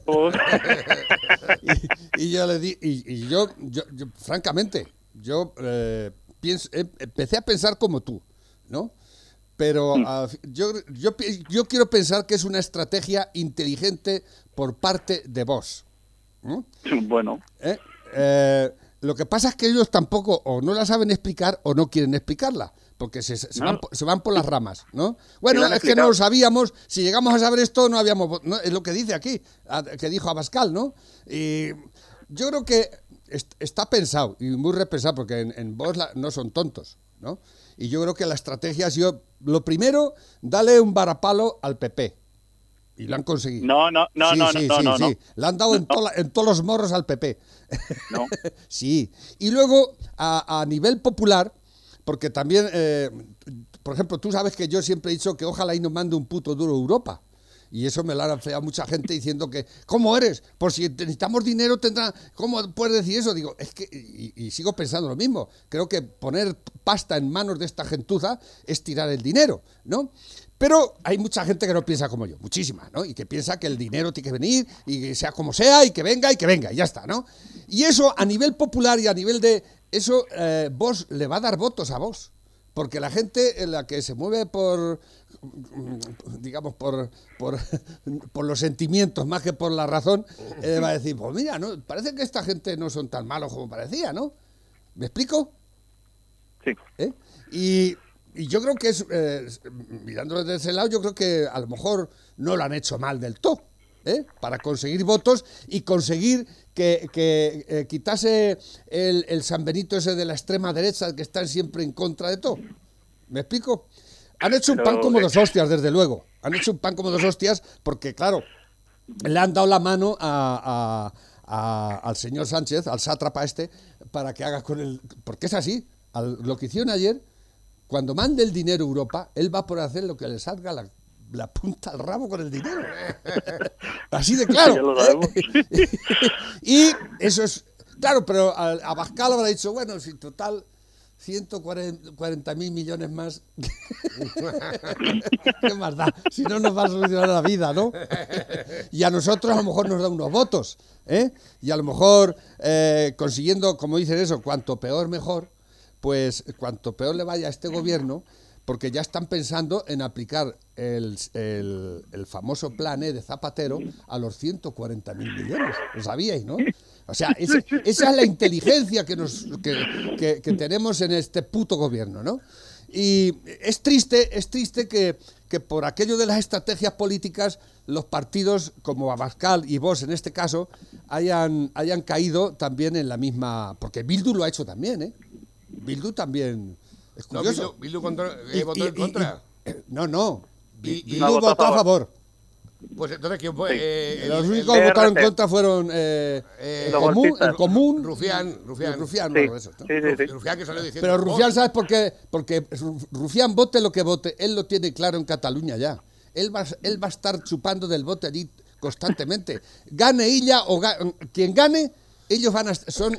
y, y yo le di, y, y yo, yo, yo, francamente, yo eh, pienso, eh, empecé a pensar como tú, ¿no? Pero uh, yo, yo, yo quiero pensar que es una estrategia inteligente por parte de Vox, ¿no? Bueno, ¿Eh? Eh, lo que pasa es que ellos tampoco o no la saben explicar o no quieren explicarla, porque se, se, No. van, po- se van por las ramas, ¿no? Bueno, Sí, lo han es que no explicado. lo sabíamos, si llegamos a saber esto no habíamos... vo- ¿no? Es lo que dice aquí, a- que dijo Abascal, ¿no? Y yo creo que est- está pensado y muy repensado, porque en, en Vox la- no son tontos, ¿no? Y yo creo que la estrategia ha sido, lo primero, dale un varapalo al P P. Y lo han conseguido. no, no, no, sí, no, sí, no, sí, no, sí. no. Le han dado en, tola- en todos los morros al P P. No. Sí. Y luego, a, a nivel popular, porque también, eh, por ejemplo, tú sabes que yo siempre he dicho que ojalá y nos mande un puto duro Europa. Y eso me lo han feado mucha gente diciendo que, ¿cómo eres? Por si necesitamos dinero tendrá... ¿Cómo puedes decir eso? Digo, es que... Y, y sigo pensando lo mismo. Creo que poner pasta en manos de esta gentuza es tirar el dinero, ¿no? Pero hay mucha gente que no piensa como yo, muchísima, ¿no? Y que piensa que el dinero tiene que venir y que sea como sea y que venga y que venga y ya está, ¿no? Y eso a nivel popular y a nivel de... Eso eh, Vox le va a dar votos a Vox. Porque la gente en la que se mueve por, digamos, por, por, por los sentimientos más que por la razón, eh, va a decir, pues mira, ¿no? Parece que esta gente no son tan malos como parecía, ¿no? ¿Me explico? Sí. ¿Eh? Y, y yo creo que es, eh, mirándolo desde ese lado, yo creo que a lo mejor no lo han hecho mal del todo, ¿eh? Para conseguir votos y conseguir que, que eh, quitase el, el San Benito ese de la extrema derecha, que están siempre en contra de todo. ¿Me explico? Han hecho un Pero, pan como eh, dos hostias, desde luego. Han hecho un pan como dos hostias porque, claro, le han dado la mano a, a, a- al señor Sánchez, al sátrapa este, para que haga con el... Porque es así. Al- lo que hicieron ayer, cuando mande el dinero a Europa, él va por hacer lo que le salga la, la punta al rabo con el dinero. Así de claro. Ya lo ¿eh? sabemos. Y eso es... Claro, pero a Abascal habrá dicho, bueno, si total... ciento cuarenta mil millones más. ¿Qué más da? Si no nos va a solucionar la vida, ¿no? Y a nosotros a lo mejor nos da unos votos, ¿eh? Y a lo mejor eh, consiguiendo, como dicen eso, cuanto peor mejor, pues cuanto peor le vaya a este gobierno, porque ya están pensando en aplicar el, el, el famoso plan E de Zapatero a los ciento cuarenta mil millones. Lo sabíais, ¿no? O sea, ese, esa es la inteligencia que, nos, que, que, que tenemos en este puto gobierno, ¿no? Y es triste, es triste que, que por aquello de las estrategias políticas los partidos como Abascal y Vox en este caso hayan, hayan caído también en la misma... Porque Bildu lo ha hecho también, ¿eh? Bildu también... Es curioso. No, Bildu, Bildu contra, eh, votó y, en contra. Y, y, no, no. Y, Bildu no, votó, votó a favor. Pues entonces, ¿quién fue? Sí. Eh, Los únicos que votaron en contra fueron eh, eh, el, común, el Común. Rufián. Rufián, Rufián, sí. no, eso, ¿no? Sí, sí, sí. Rufián que salió diciendo... Pero Rufián, ¿sabes por qué? Porque Rufián, vote lo que vote, él lo tiene claro en Cataluña ya. Él va, él va a estar chupando del bote allí constantemente. Gane ella o ga, quien gane, ellos van a son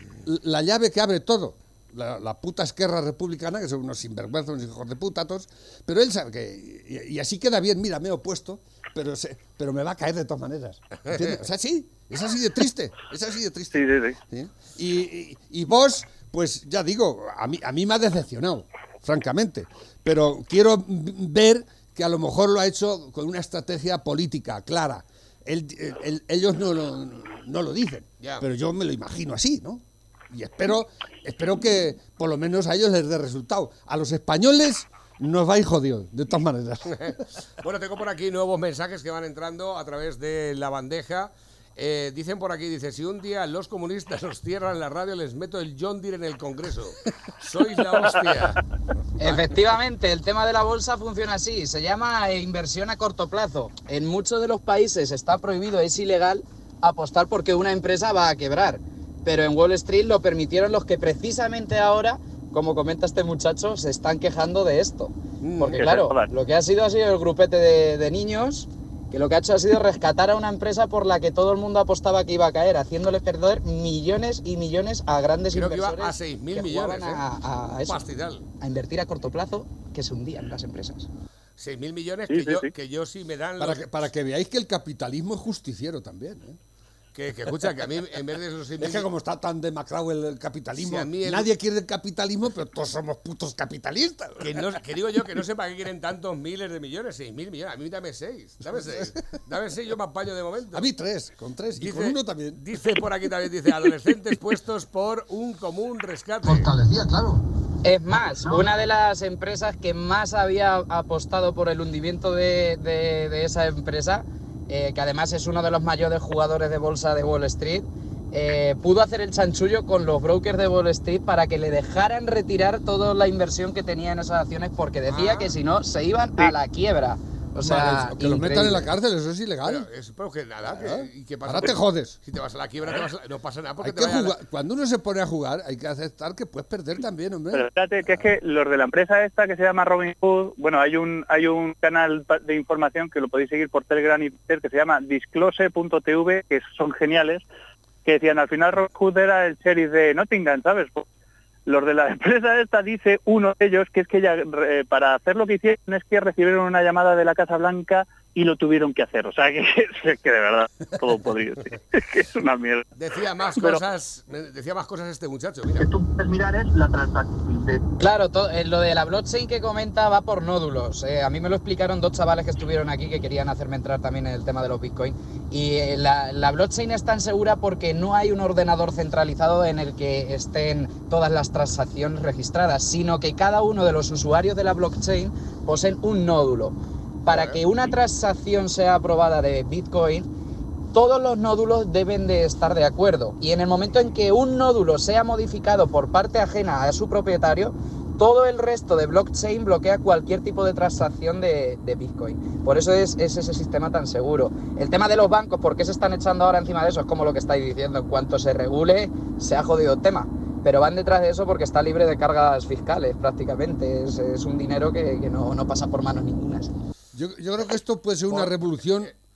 la llave que abre todo. La, la puta Esquerra Republicana, que son unos sinvergüenzas, unos hijos de puta todos, pero él sabe que... Y, y así queda bien, mira, me he opuesto, pero, se, pero me va a caer de todas maneras. ¿Entiendes? O sea, sí, es así de triste, es así de triste. Sí, sí, sí. ¿Sí? Y, y, y vos, pues ya digo, a mí, a mí me ha decepcionado, francamente, pero quiero ver que a lo mejor lo ha hecho con una estrategia política clara. Él, él, ellos no lo, no lo dicen, yeah. Pero yo me lo imagino así, ¿no? Y espero, espero que por lo menos a ellos les dé resultado. A los españoles nos va a ir jodido, de todas maneras. Bueno, tengo por aquí nuevos mensajes que van entrando a través de la bandeja. Eh, dicen por aquí, dice, si un día los comunistas os cierran la radio, les meto el John Deere en el Congreso. Sois la hostia. Efectivamente, el tema de la bolsa funciona así. Se llama inversión a corto plazo. En muchos de los países está prohibido, es ilegal apostar porque una empresa va a quebrar. Pero en Wall Street lo permitieron los que precisamente ahora, como comenta este muchacho, se están quejando de esto. Porque claro, lo que ha sido ha sido el grupete de, de niños, que lo que ha hecho ha sido rescatar a una empresa por la que todo el mundo apostaba que iba a caer, haciéndole perder millones y millones a grandes Creo inversores. Que iba a seis mil millones, a, ¿eh? a, a, eso, a invertir a corto plazo, que se hundían las empresas. seis mil millones sí, que, sí, yo, sí. que yo sí me dan... Para, los... que, para que veáis que el capitalismo es justiciero también, ¿eh? Que, que escucha, que a mí en vez de esos seis mil... Es que como está tan demacrado el, el capitalismo, sí, a mí el... nadie quiere el capitalismo, pero todos somos putos capitalistas. Que, no, que digo yo que no sé para qué quieren tantos miles de millones, seis mil millones. A mí dame seis, dame seis. Dame seis, yo me apaño de momento. A mí tres, con tres, dice, y con uno también. Dice por aquí también, dice, adolescentes puestos por un común rescate. Fortalecía, claro. Es más, una de las empresas que más había apostado por el hundimiento de, de, de esa empresa, eh, que además es uno de los mayores jugadores de bolsa de Wall Street, eh, pudo hacer el chanchullo con los brokers de Wall Street para que le dejaran retirar toda la inversión que tenía en esas acciones, porque decía ah. que si no se iban sí. a la quiebra. O sea, vale, que los metan en la cárcel, eso es ilegal. Pero, es, pero que nada, ¿Eh? que, ¿y qué pasa? Ahora te jodes. Si te vas a la quiebra, te vas a, no pasa nada porque hay te que vaya jugar, a la... Cuando uno se pone a jugar, hay que aceptar que puedes perder también, hombre. Pero fíjate que es que los de la empresa esta que se llama Robinhood, bueno, hay un hay un canal de información que lo podéis seguir por Telegram y Twitter que se llama disclose punto t v, que son geniales, que decían al final Robinhood era el sheriff de Nottingham, ¿sabes? Los de la empresa esta, dice uno de ellos, que es que ya eh, para hacer lo que hicieron es que recibieron una llamada de la Casa Blanca y lo tuvieron que hacer. O sea, que, que de verdad, todo podría decir. Que es una mierda. Decía más Pero, cosas decía más cosas este muchacho, mira. Que tú puedes mirar es la transacción de... Claro, todo, eh, lo de la blockchain que comenta va por nódulos. Eh, a mí me lo explicaron dos chavales que estuvieron aquí que querían hacerme entrar también en el tema de los Bitcoin. Y eh, la, la blockchain es tan segura porque no hay un ordenador centralizado en el que estén todas las transacciones registradas, sino que cada uno de los usuarios de la blockchain poseen un nódulo. Para que una transacción sea aprobada de Bitcoin, todos los nódulos deben de estar de acuerdo. Y en el momento en que un nódulo sea modificado por parte ajena a su propietario, todo el resto de blockchain bloquea cualquier tipo de transacción de, de Bitcoin. Por eso es, es ese sistema tan seguro. El tema de los bancos, ¿por qué se están echando ahora encima de eso? Es como lo que estáis diciendo, en cuanto se regule, se ha jodido el tema. Pero van detrás de eso porque está libre de cargas fiscales prácticamente. Es, es un dinero que, que no, no pasa por manos ninguna. Yo, yo creo que esto puede ser una revolución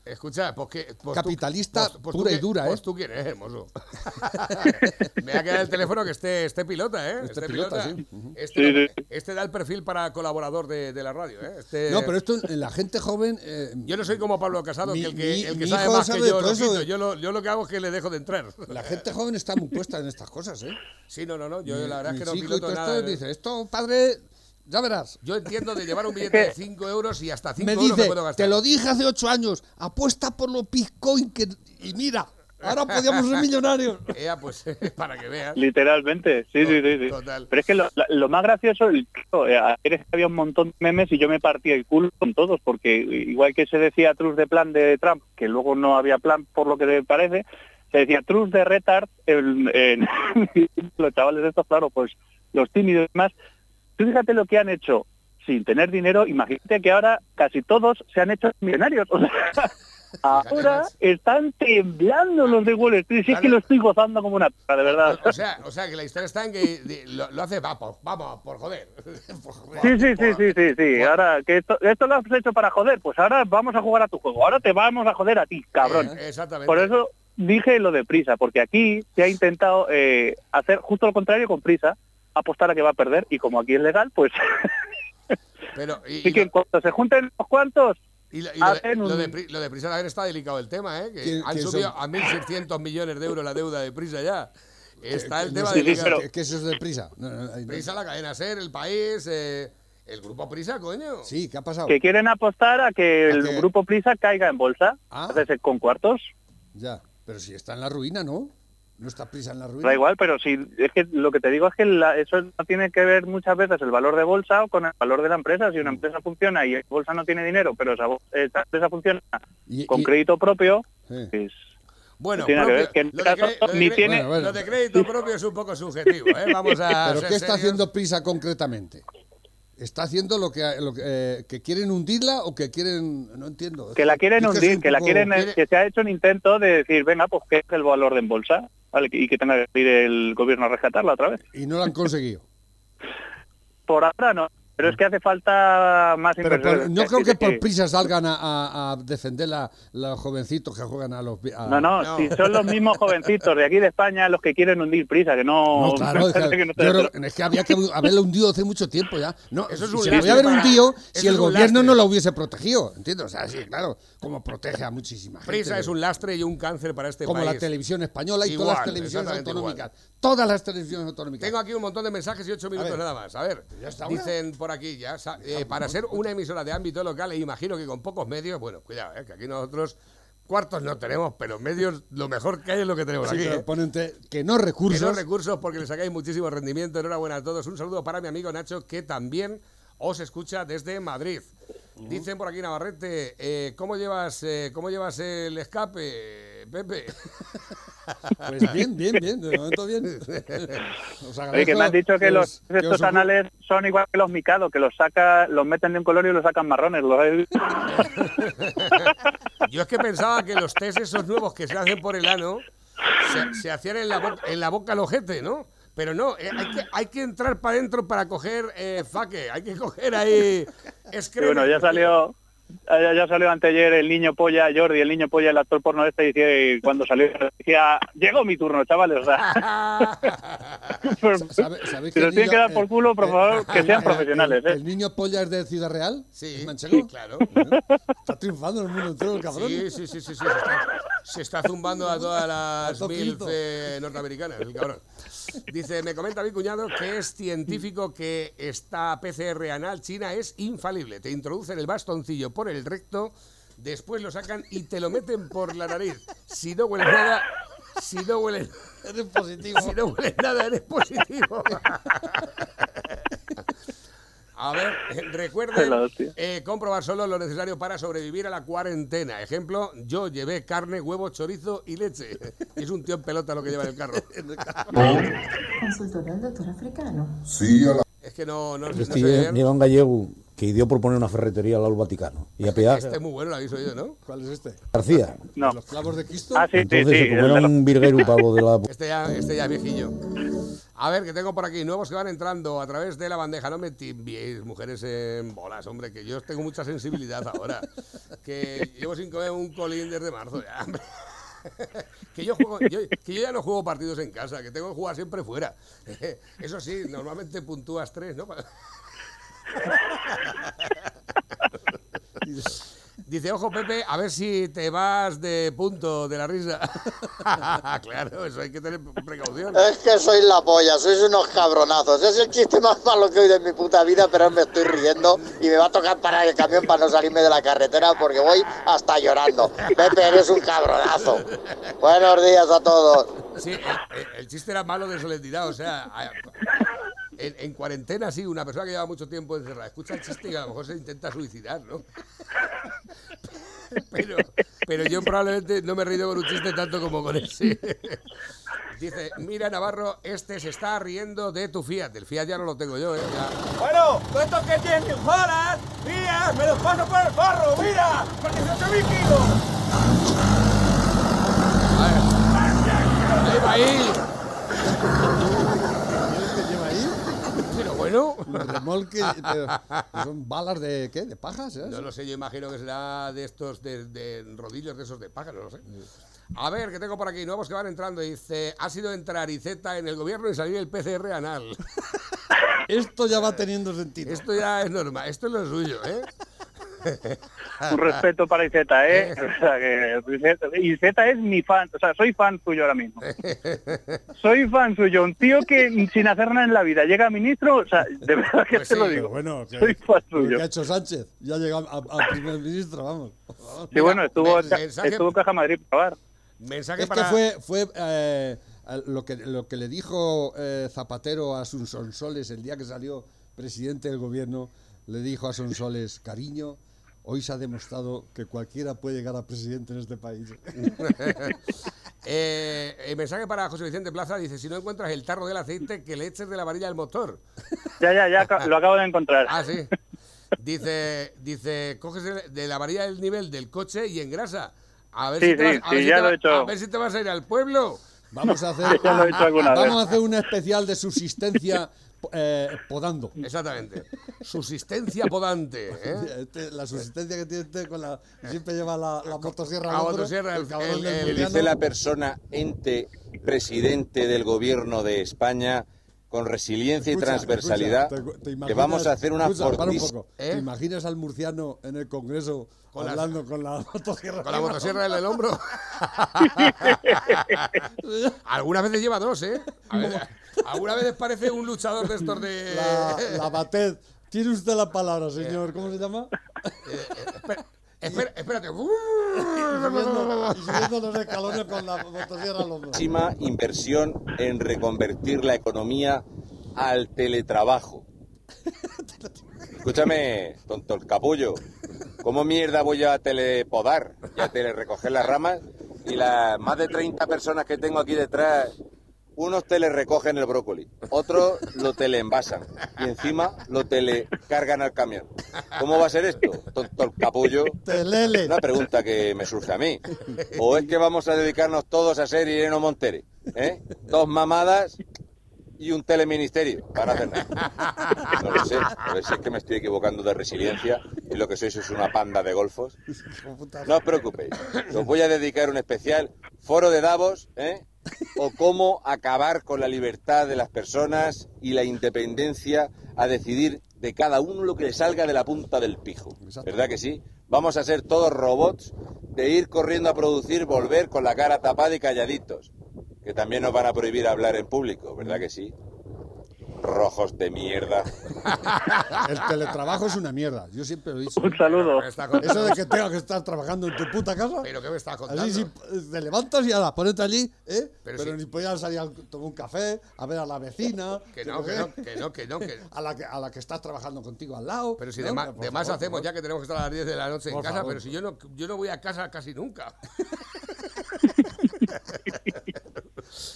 Escucha, pues que... Pues Capitalista tú, pues, pues pura tú, y dura, pues ¿eh? tú quién eres, hermoso. Me ha quedado el teléfono que esté, esté pilota, ¿eh? Este pilota, sí. Este, Sí, da, este da el perfil para colaborador de, de la radio, ¿eh? Este, No, pero esto en la gente joven... eh, yo no soy como Pablo Casado, mi- que el que, mi- el que mi sabe hijo más sabe que yo todo lo eso quito. de- Yo lo, yo lo que hago es que le dejo de entrar. La gente joven está muy puesta en estas cosas, ¿eh? Sí, no, no, no. Yo Mi- la verdad es que no mis hijos y piloto todo nada. esto dice, esto, padre, ya verás. Yo entiendo de llevar un billete de cinco euros y hasta cinco Me euros me dice, puedo gastar. te lo dije hace ocho años, apuesta por los Bitcoin que, y mira, ahora podíamos ser millonarios. Ea, pues, para que veas. Literalmente, sí, sí, sí, sí. Total. Pero es que lo, la- lo más gracioso, el- claro, eh, ayer es que había un montón de memes y yo me partía el culo con todos, porque igual que se decía trus de plan de Trump, que luego no había plan por lo que parece, se decía trus de retard, en, en- los chavales estos, claro, pues los tímidos y demás. Tú fíjate lo que han hecho sin tener dinero, imagínate que ahora casi todos se han hecho millonarios. O sea, ahora más. están temblando los de Wall Street, si es que lo estoy gozando como una perra, de verdad. O sea, o sea, que la historia está en que de- lo, lo hace, vamos, vamos, por joder. Por joder. Sí, sí, sí, sí, sí, sí. Ahora que esto, esto lo has hecho para joder, pues ahora vamos a jugar a tu juego. Ahora te vamos a joder a ti, cabrón. Eh, exactamente. Por eso dije lo de Prisa, porque aquí se ha intentado eh, hacer justo lo contrario con Prisa, apostar a que va a perder, y como aquí es legal, pues Pero, y, sí y que lo- en cuanto se junten los cuantos, Y, lo, y lo de, hacen lo de un- Pri- lo de Prisa también está delicado el tema, ¿eh? Que ¿Quién- han quién subido son? a mil seiscientos millones de euros la deuda de Prisa ya. Está el Que tema no sé, delicado. pero- que- que eso es de prisa. No, no, no, Prisa, la cadena SER, el país, eh, el grupo Prisa, coño. Sí, ¿qué ha pasado? que quieren apostar a que ¿A el qué? grupo Prisa caiga en bolsa, Ah. hacerse con cuartos. Ya, pero si está en la ruina, ¿no? No está prisa en la ruina. Da igual, pero si es que lo que te digo es que la- eso no tiene que ver muchas veces el valor de bolsa o con el valor de la empresa. Si una Mm. empresa funciona y la bolsa no tiene dinero, pero esa, bo- esa empresa funciona Y- con y- crédito propio, Sí. pues Bueno, no tiene nada que ver, propio- que en lo, de este cre- caso lo de ni cre- tiene- Bueno, bueno. lo de crédito propio es un poco subjetivo, ¿eh? Vamos a ¿Pero ser qué está serios. haciendo prisa concretamente? ¿Está haciendo lo que, lo que, eh, que quieren hundirla o que quieren...? No entiendo. que la quieren Es que soy hundir, un que la poco- quieren, Quiere- que se ha hecho un intento de decir, venga, pues que es el valor de en bolsa, ¿vale? Y que tenga que ir el gobierno a rescatarla otra vez. Y no lo han conseguido. Por ahora no, pero es que hace falta más Pero por- inversiones. no Es creo que por que- prisa salgan a, a- a defender a los jovencitos que juegan a los... a- No, no, No. si son los mismos jovencitos de aquí de España los que quieren hundir Prisa, que no... No, claro, es que, que no te- yo creo- es que había que haberla hundido hace mucho tiempo ya. No, Eso es si un se lastre podía haber para- hundido eso si es el un gobierno lastre. no la hubiese protegido, ¿entiendes? O sea, sí, claro, como protege a muchísima gente. Prisa es un lastre y un cáncer para este Como país. la televisión española y Igual, todas las televisiones exactamente autonómicas. Todas las televisiones autonómicas. Tengo aquí un montón de mensajes y ocho minutos ver. nada más. A ver, ¿Ya está dicen por aquí ya, sa- eh, para ser una emisora de ámbito local, e imagino que con pocos medios, bueno, cuidado, eh, que aquí nosotros cuartos no tenemos, pero medios lo mejor que hay es lo que tenemos Sí, aquí. pero eh. ponen te- que no Que recursos. no recursos porque le sacáis muchísimo rendimiento. Enhorabuena a todos. Un saludo para mi amigo Nacho, que también os escucha desde Madrid. Dicen por aquí Navarrete, eh, ¿cómo llevas eh, cómo llevas el escape, Pepe? Pues bien, bien, bien, de momento bien. Os agradezco Oye, que me han dicho que, los os- que estos os ocu- anales son igual que los micados, que los saca, los meten de un color y los sacan marrones. Los he visto. Yo es que pensaba que los test esos nuevos que se hacen por el ano se, se hacían en la, boca, en la boca al ojete, ¿no? Pero no, eh, hay, que, hay que entrar para adentro para coger eh, faque, hay que coger ahí... Y excremento. bueno, ya salió ya, ya salió anteayer el niño polla, Jordi, el niño polla, el actor porno este, y decía, cuando salió decía, llegó mi turno, chavales. O sea, ¿Sabe- sabéis si que los el tienen niño- que dar por eh, culo, por eh, favor, que el- sean el- profesionales. El, ¿eh? el niño polla es de Ciudad Real? Sí, ¿Es manchego? claro. Está triunfando en el mundo entero, el cabrón. Sí, sí, sí, sí, sí, se está, se está zumbando a todas las Alto milf Cristo. eh, norteamericanas, el cabrón. Dice, me comenta mi cuñado que es científico que esta P C R anal china es infalible. Te introducen el bastoncillo por el recto, después lo sacan y te lo meten por la nariz. Si no hueles nada, si no hueles, Eres positivo. si no hueles nada, eres positivo. A ver, eh, recuerden La hostia. eh, comprobar solo lo necesario para sobrevivir a la cuarentena. Ejemplo, yo llevé carne, huevo, chorizo y leche. Es un tío en pelota lo que lleva en el carro. Consultorio del doctor africano. Es que no, no, no Yo se estoy ve bien. lleva un gallego. que dio por poner una ferretería al lado del Vaticano. Y a pegar. Este es muy bueno, lo habéis oído, ¿no? ¿Cuál es este? García. No. ¿Los clavos de Cristo? Ah, sí, Entonces, sí, sí. como el era de los- un virguero pavo de la... Este ya, este ya es viejillo. A ver, que tengo por aquí nuevos que van entrando a través de la bandeja. No me enviéis, mujeres en bolas, hombre, que yo tengo mucha sensibilidad ahora. Que llevo sin comer un colín desde marzo ya, hombre. Que yo, juego, yo, que yo ya no juego partidos en casa, que tengo que jugar siempre fuera. Eso sí, normalmente puntúas tres, ¿no? Dice, ojo Pepe, a ver si te vas de punto de la risa. Claro, eso hay que tener precaución. Es que sois la polla, sois unos cabronazos. Es el chiste más malo que he oído en mi puta vida, pero me estoy riendo y me va a tocar parar el camión para no salirme de la carretera porque voy hasta llorando. Pepe, eres un cabronazo. Buenos días a todos. Sí, el, el chiste era malo de solemnidad, o sea, a- en, en cuarentena sí, una persona que lleva mucho tiempo encerrada escucha el chiste y a lo mejor se intenta suicidar, ¿no? Pero, pero yo probablemente no me he reído con un chiste tanto como con ese. Dice, mira Navarro, este se está riendo de tu Fiat. El Fiat ya no lo tengo yo, ¿eh? Ya. Bueno, todo esto que tiene horas, mira, me los paso por el barro, mira, por dieciocho mil kilos. Ahí va ahí. ¿Qué lleva ahí? Pero bueno. Un remolque, pero ¿son balas de qué? ¿De pajas? ¿eh? No lo sé, yo imagino que será de estos, de, de rodillos de esos de paja, no lo sé. A ver, que tengo por aquí nuevos que van entrando. Dice, ha sido entrar Iceta en el gobierno y salir el P C R anal. Esto ya va teniendo sentido. Esto ya es normal, esto es lo suyo, ¿eh? Un respeto para Iceta, ¿eh? O sea, que Iceta, Iceta es mi fan, o sea, soy fan suyo ahora mismo. Soy fan suyo, un tío que sin hacer nada en la vida llega a ministro, o sea, de verdad que Pues te sí, lo Pero digo. bueno, que, Soy fan lo que suyo. ha hecho Sánchez. Ya ha llegado a, a primer ministro, vamos. Sí, bueno, estuvo, Mira, mensaje- estuvo en Caja Madrid para probar. Mensaje Es para... que fue, fue eh, lo, que, lo que le dijo eh, Zapatero a Sonsoles el día que salió presidente del gobierno, le dijo a Sonsoles, cariño, hoy se ha demostrado que cualquiera puede llegar a presidente en este país. eh, el mensaje para José Vicente Plaza dice, si no encuentras el tarro del aceite, que le eches de la varilla del motor. Ya, ya, ya, ca- lo acabo de encontrar. Ah, sí. Dice, dice, coges de- de la varilla del nivel del coche y engrasa. A ver Sí, si te sí, vas, a sí, ver si ya te lo he va- hecho. a ver si te vas a ir al pueblo. Vamos a hacer, Ya lo he hecho alguna vez. vamos a hacer un especial de subsistencia eh, podando. Exactamente. Subsistencia podante. ¿eh? Este, la subsistencia que tiene usted con la... Siempre lleva la, la motosierra al La hombro, motosierra, el- cabrón el- del el- Muriano. Dice la persona ente presidente del gobierno de España con resiliencia y Escucha, transversalidad escucha, te- te que imaginas- vamos a hacer una escucha, para un fortísima... poco. ¿Eh? ¿Te imaginas al murciano en el Congreso Con las- hablando con la motosierra? Con la motosierra en el hombro. Algunas veces lleva dos, ¿eh? A ver, algunas veces parece un luchador de estos de... La, la Batet. Tiene usted la palabra, señor. ¿Cómo se llama? Espera, espera, espérate. Y subiendo, y subiendo los escalones con la motosierra al hombro. Máxima inversión en reconvertir la economía al teletrabajo. Escúchame, tonto el capullo. ¿Cómo mierda voy a telepodar y a telerecoger las ramas? Y las más de treinta personas que tengo aquí detrás, unos telerecogen el brócoli, otros lo teleenvasan y encima lo telecargan al camión. ¿Cómo va a ser esto, tonto el capullo? Telele. Una pregunta que me surge a mí. ¿O es que vamos a dedicarnos todos a ser Irene Montero? ¿Eh? Dos mamadas y un teleministerio para hacer nada. No lo sé. A ver si es que me estoy equivocando de resiliencia y lo que sois es una panda de golfos. No os preocupéis. Os voy a dedicar un especial foro de Davos, ¿eh? O cómo acabar con la libertad de las personas y la independencia a decidir de cada uno lo que le salga de la punta del pijo. ¿Verdad que sí? Vamos a ser todos robots de ir corriendo a producir, volver con la cara tapada y calladitos. Que también nos van a prohibir hablar en público, ¿verdad que sí? Rojos de mierda. El teletrabajo es una mierda. Yo siempre lo he dicho. Un saludo. Me está contando. Eso de que tengas que estar trabajando en tu puta casa. ¿Pero qué me estás contando? Así si te levantas y ahora ponete allí, ¿eh? Pero Pero, si- ni podías salir a tomar un café, a ver a la vecina. Que yo no, qué que sé, no, que no, que no, que no. A la que, a la que estás trabajando contigo al lado. Pero si ¿no? de, ma- Por de más favor, hacemos por ya que tenemos que estar a las diez de la noche en Por casa, favor. pero si yo no, yo no voy a casa casi nunca.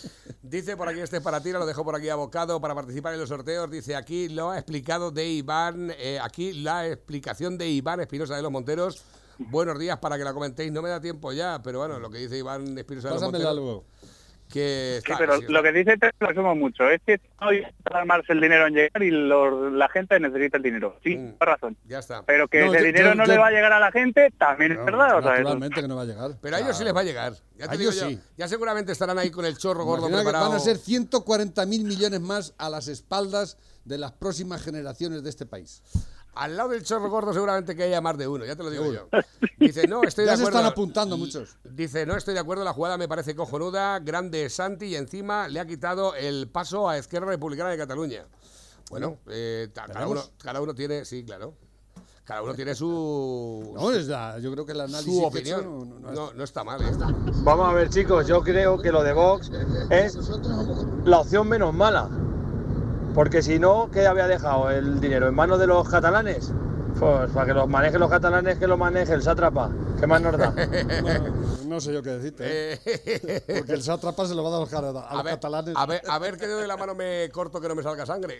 Dice por aquí, este es para ti, lo dejo por aquí abocado para participar en los sorteos. Dice aquí lo ha explicado de Iván, eh, aquí la explicación de Iván Espinosa de los Monteros. Buenos días para que la comentéis. No me da tiempo ya, pero bueno, lo que dice Iván Espinosa de los Pásamela Monteros. luego. Que Sí, está, pero sí, lo que dice te lo asumo mucho. Es que hoy tarda más el dinero en llegar y los- la gente necesita el dinero. Sí, Mm. por razón. ya está. Pero que No, ese yo- dinero yo- no yo- le va a llegar a la gente, también es No, verdad. O sea, eso- naturalmente que no va a llegar. Pero a ellos sí les va a llegar. Ya te A digo ellos yo. sí. Ya seguramente estarán ahí con el chorro gordo Imagina que preparado. van a ser ciento cuarenta mil millones más a las espaldas de las próximas generaciones de este país. Al lado del chorro gordo seguramente que haya más de uno, ya te lo digo yo. Dice, no, estoy Ya de se acuerdo. están apuntando muchos. Dice, no estoy de acuerdo, la jugada me parece cojonuda, grande Santi, y encima le ha quitado el paso a Esquerra Republicana de Cataluña. Bueno, eh, ta- cada, uno, ¿Veremos? cada uno tiene, sí, claro. Cada uno tiene su, No, es la, yo creo que el análisis su que he hecho opinión. no- no- no No, no está mal, ¿eh? Vamos a ver, chicos, yo creo que lo de Vox es la opción menos mala. Porque si no, ¿qué había dejado? ¿El dinero en manos de los catalanes? Pues para que los manejen los catalanes, que lo maneje el sátrapa. ¿Qué más nos da? no, no sé yo qué decirte. ¿eh? Eh, Porque el sátrapa se lo va a dar a los, cara- a A los ver, catalanes. a, ver, a ver qué dedo de la mano me corto que no me salga sangre.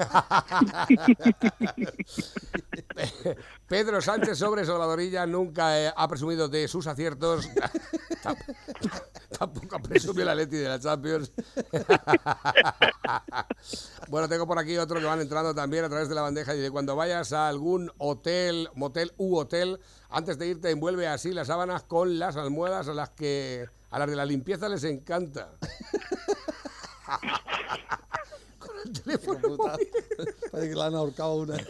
Pedro Sánchez sobre Salvadorilla nunca eh, ha presumido de sus aciertos. Tamp- Tampoco ha presumido la Leti de la Champions. Bueno, tengo por aquí otro que van entrando también a través de la bandeja. Dice, cuando vayas a algún hotel, motel u hotel, antes de irte envuelve así las sábanas con las almohadas a las que a las de la limpieza les encanta. Con el teléfono Puta. móvil. Parece que le han ahorcado a una.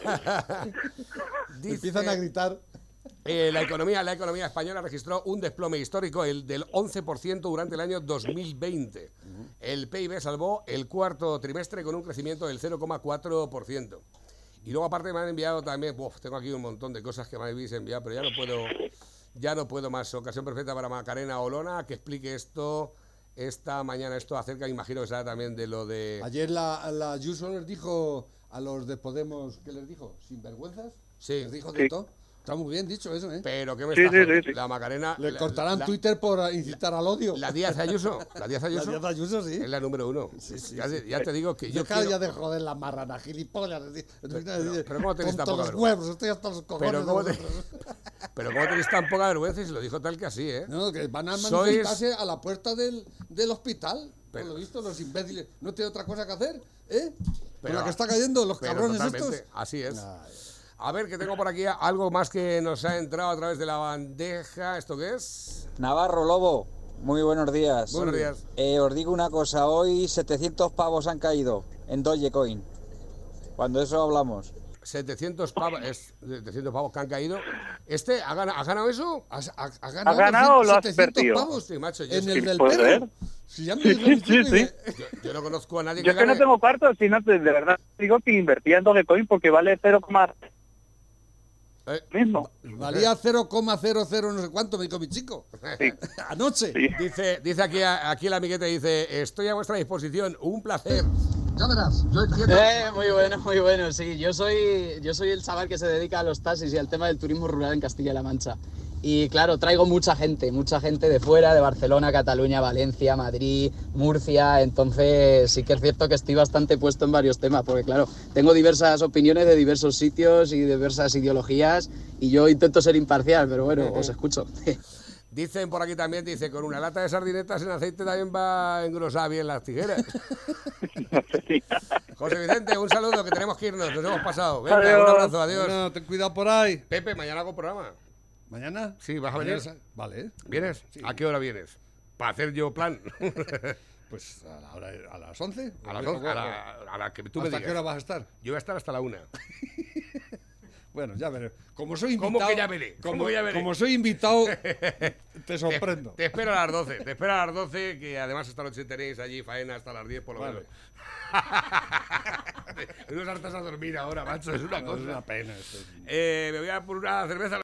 Dice, Empiezan a gritar. eh, la economía, la economía española registró un desplome histórico el del once por ciento durante el año dos mil veinte. El P I B salvó el cuarto trimestre con un crecimiento del cero coma cuatro por ciento. Y luego aparte me han enviado también, uf, tengo aquí un montón de cosas que me habéis enviado, pero ya no puedo, ya no puedo más. Ocasión perfecta para Macarena Olona que explique esto esta mañana, esto acerca, imagino que será también de lo de... Ayer la, la Ayuso les dijo a los de Podemos, ¿qué les dijo? ¿Sinvergüenzas? Sí. Les dijo de Sí. todo. Está muy bien dicho eso, ¿eh? Pero ¿qué me Sí, está sí, jodiendo? sí, sí. La Macarena... Le la- cortarán la- Twitter por incitar al odio. La Díaz Ayuso, la Díaz La Ayuso, Díaz Ayuso, sí. es la número uno. ya, te, ya te digo que yo Deja quiero- ya de joder la marrana, gilipollas. Pero, pero ¿cómo tenéis tan poca los vergüenza? huevos, estoy hasta los cojones. Pero de ¿cómo, te- vosotros. pero ¿cómo tenéis tan poca vergüenza? Y se lo dijo tal que así, ¿eh? No, que van a Sois- manifestarse a la puerta del, del hospital. Pero- Por lo visto, los imbéciles. ¿No tiene otra cosa que hacer? ¿Eh? Con Pero- la que está cayendo los pero cabrones totalmente, estos. así es. Ay. A ver, que tengo por aquí algo más que nos ha entrado a través de la bandeja. ¿Esto qué es? Navarro Lobo, muy buenos días. Buenos días. Eh, os digo una cosa, hoy setecientos pavos han caído en Dogecoin. Cuando eso hablamos. setecientos pavos, es setecientos pavos que han caído. ¿Este ha ganado, ¿ha ganado eso? ¿Has- ¿Ha, ha ¿Ha ganado, ganado o lo has setecientos perdido? pavos Sí, macho, yo, en es el que- del ¿Puede perro? ser? Si ya me Sí, lo sí, he dicho, sí, y sí. de- yo, yo no conozco a nadie Yo que es que no gane. tengo cuartos, sino de de verdad digo que invertía en Dogecoin porque vale cero, Eh, mismo. Valía cero coma cero cero no sé cuánto, me dijo mi chico. Sí. Anoche. Sí. Dice, dice aquí, aquí el amiguete, dice, estoy a vuestra disposición, un placer. Ya verás, yo entiendo. Eh, muy bueno, muy bueno, sí. Yo soy, yo soy el chaval que se dedica a los taxis y al tema del turismo rural en Castilla-La Mancha. Y claro, traigo mucha gente, mucha gente de fuera, de Barcelona, Cataluña, Valencia, Madrid, Murcia. Entonces sí que es cierto que estoy bastante puesto en varios temas, porque claro, tengo diversas opiniones de diversos sitios y diversas ideologías y yo intento ser imparcial, pero bueno, os escucho. Dicen por aquí también, dice, con una lata de sardinetas en aceite también va a engrosar bien las tijeras. José Vicente, un saludo, que tenemos que irnos, nos hemos pasado. Venga, Adiós. un abrazo, adiós. Bueno, ten cuidado por ahí. Pepe, mañana hago programa. ¿Mañana? Sí, ¿vas a venir? Mañana sa- Vale. ¿Vienes? ¿A qué hora vienes? Para hacer yo plan. Pues a, la hora, a las once. A las once, a la, a la que tú me ¿Hasta digas. qué hora vas a estar? Yo voy a estar hasta la una. Bueno, ya veré. Como soy ¿Cómo invitado. que ya veré? ¿Cómo Como, que ya veré? como soy invitado, te sorprendo. Te, te espero a las doce, te espero a las doce, que además esta noche tenéis allí faena hasta las diez por lo Vale. menos. No nos hartas a dormir ahora, macho, es una No, cosa. es una pena esto. Eh, me voy a por una cerveza.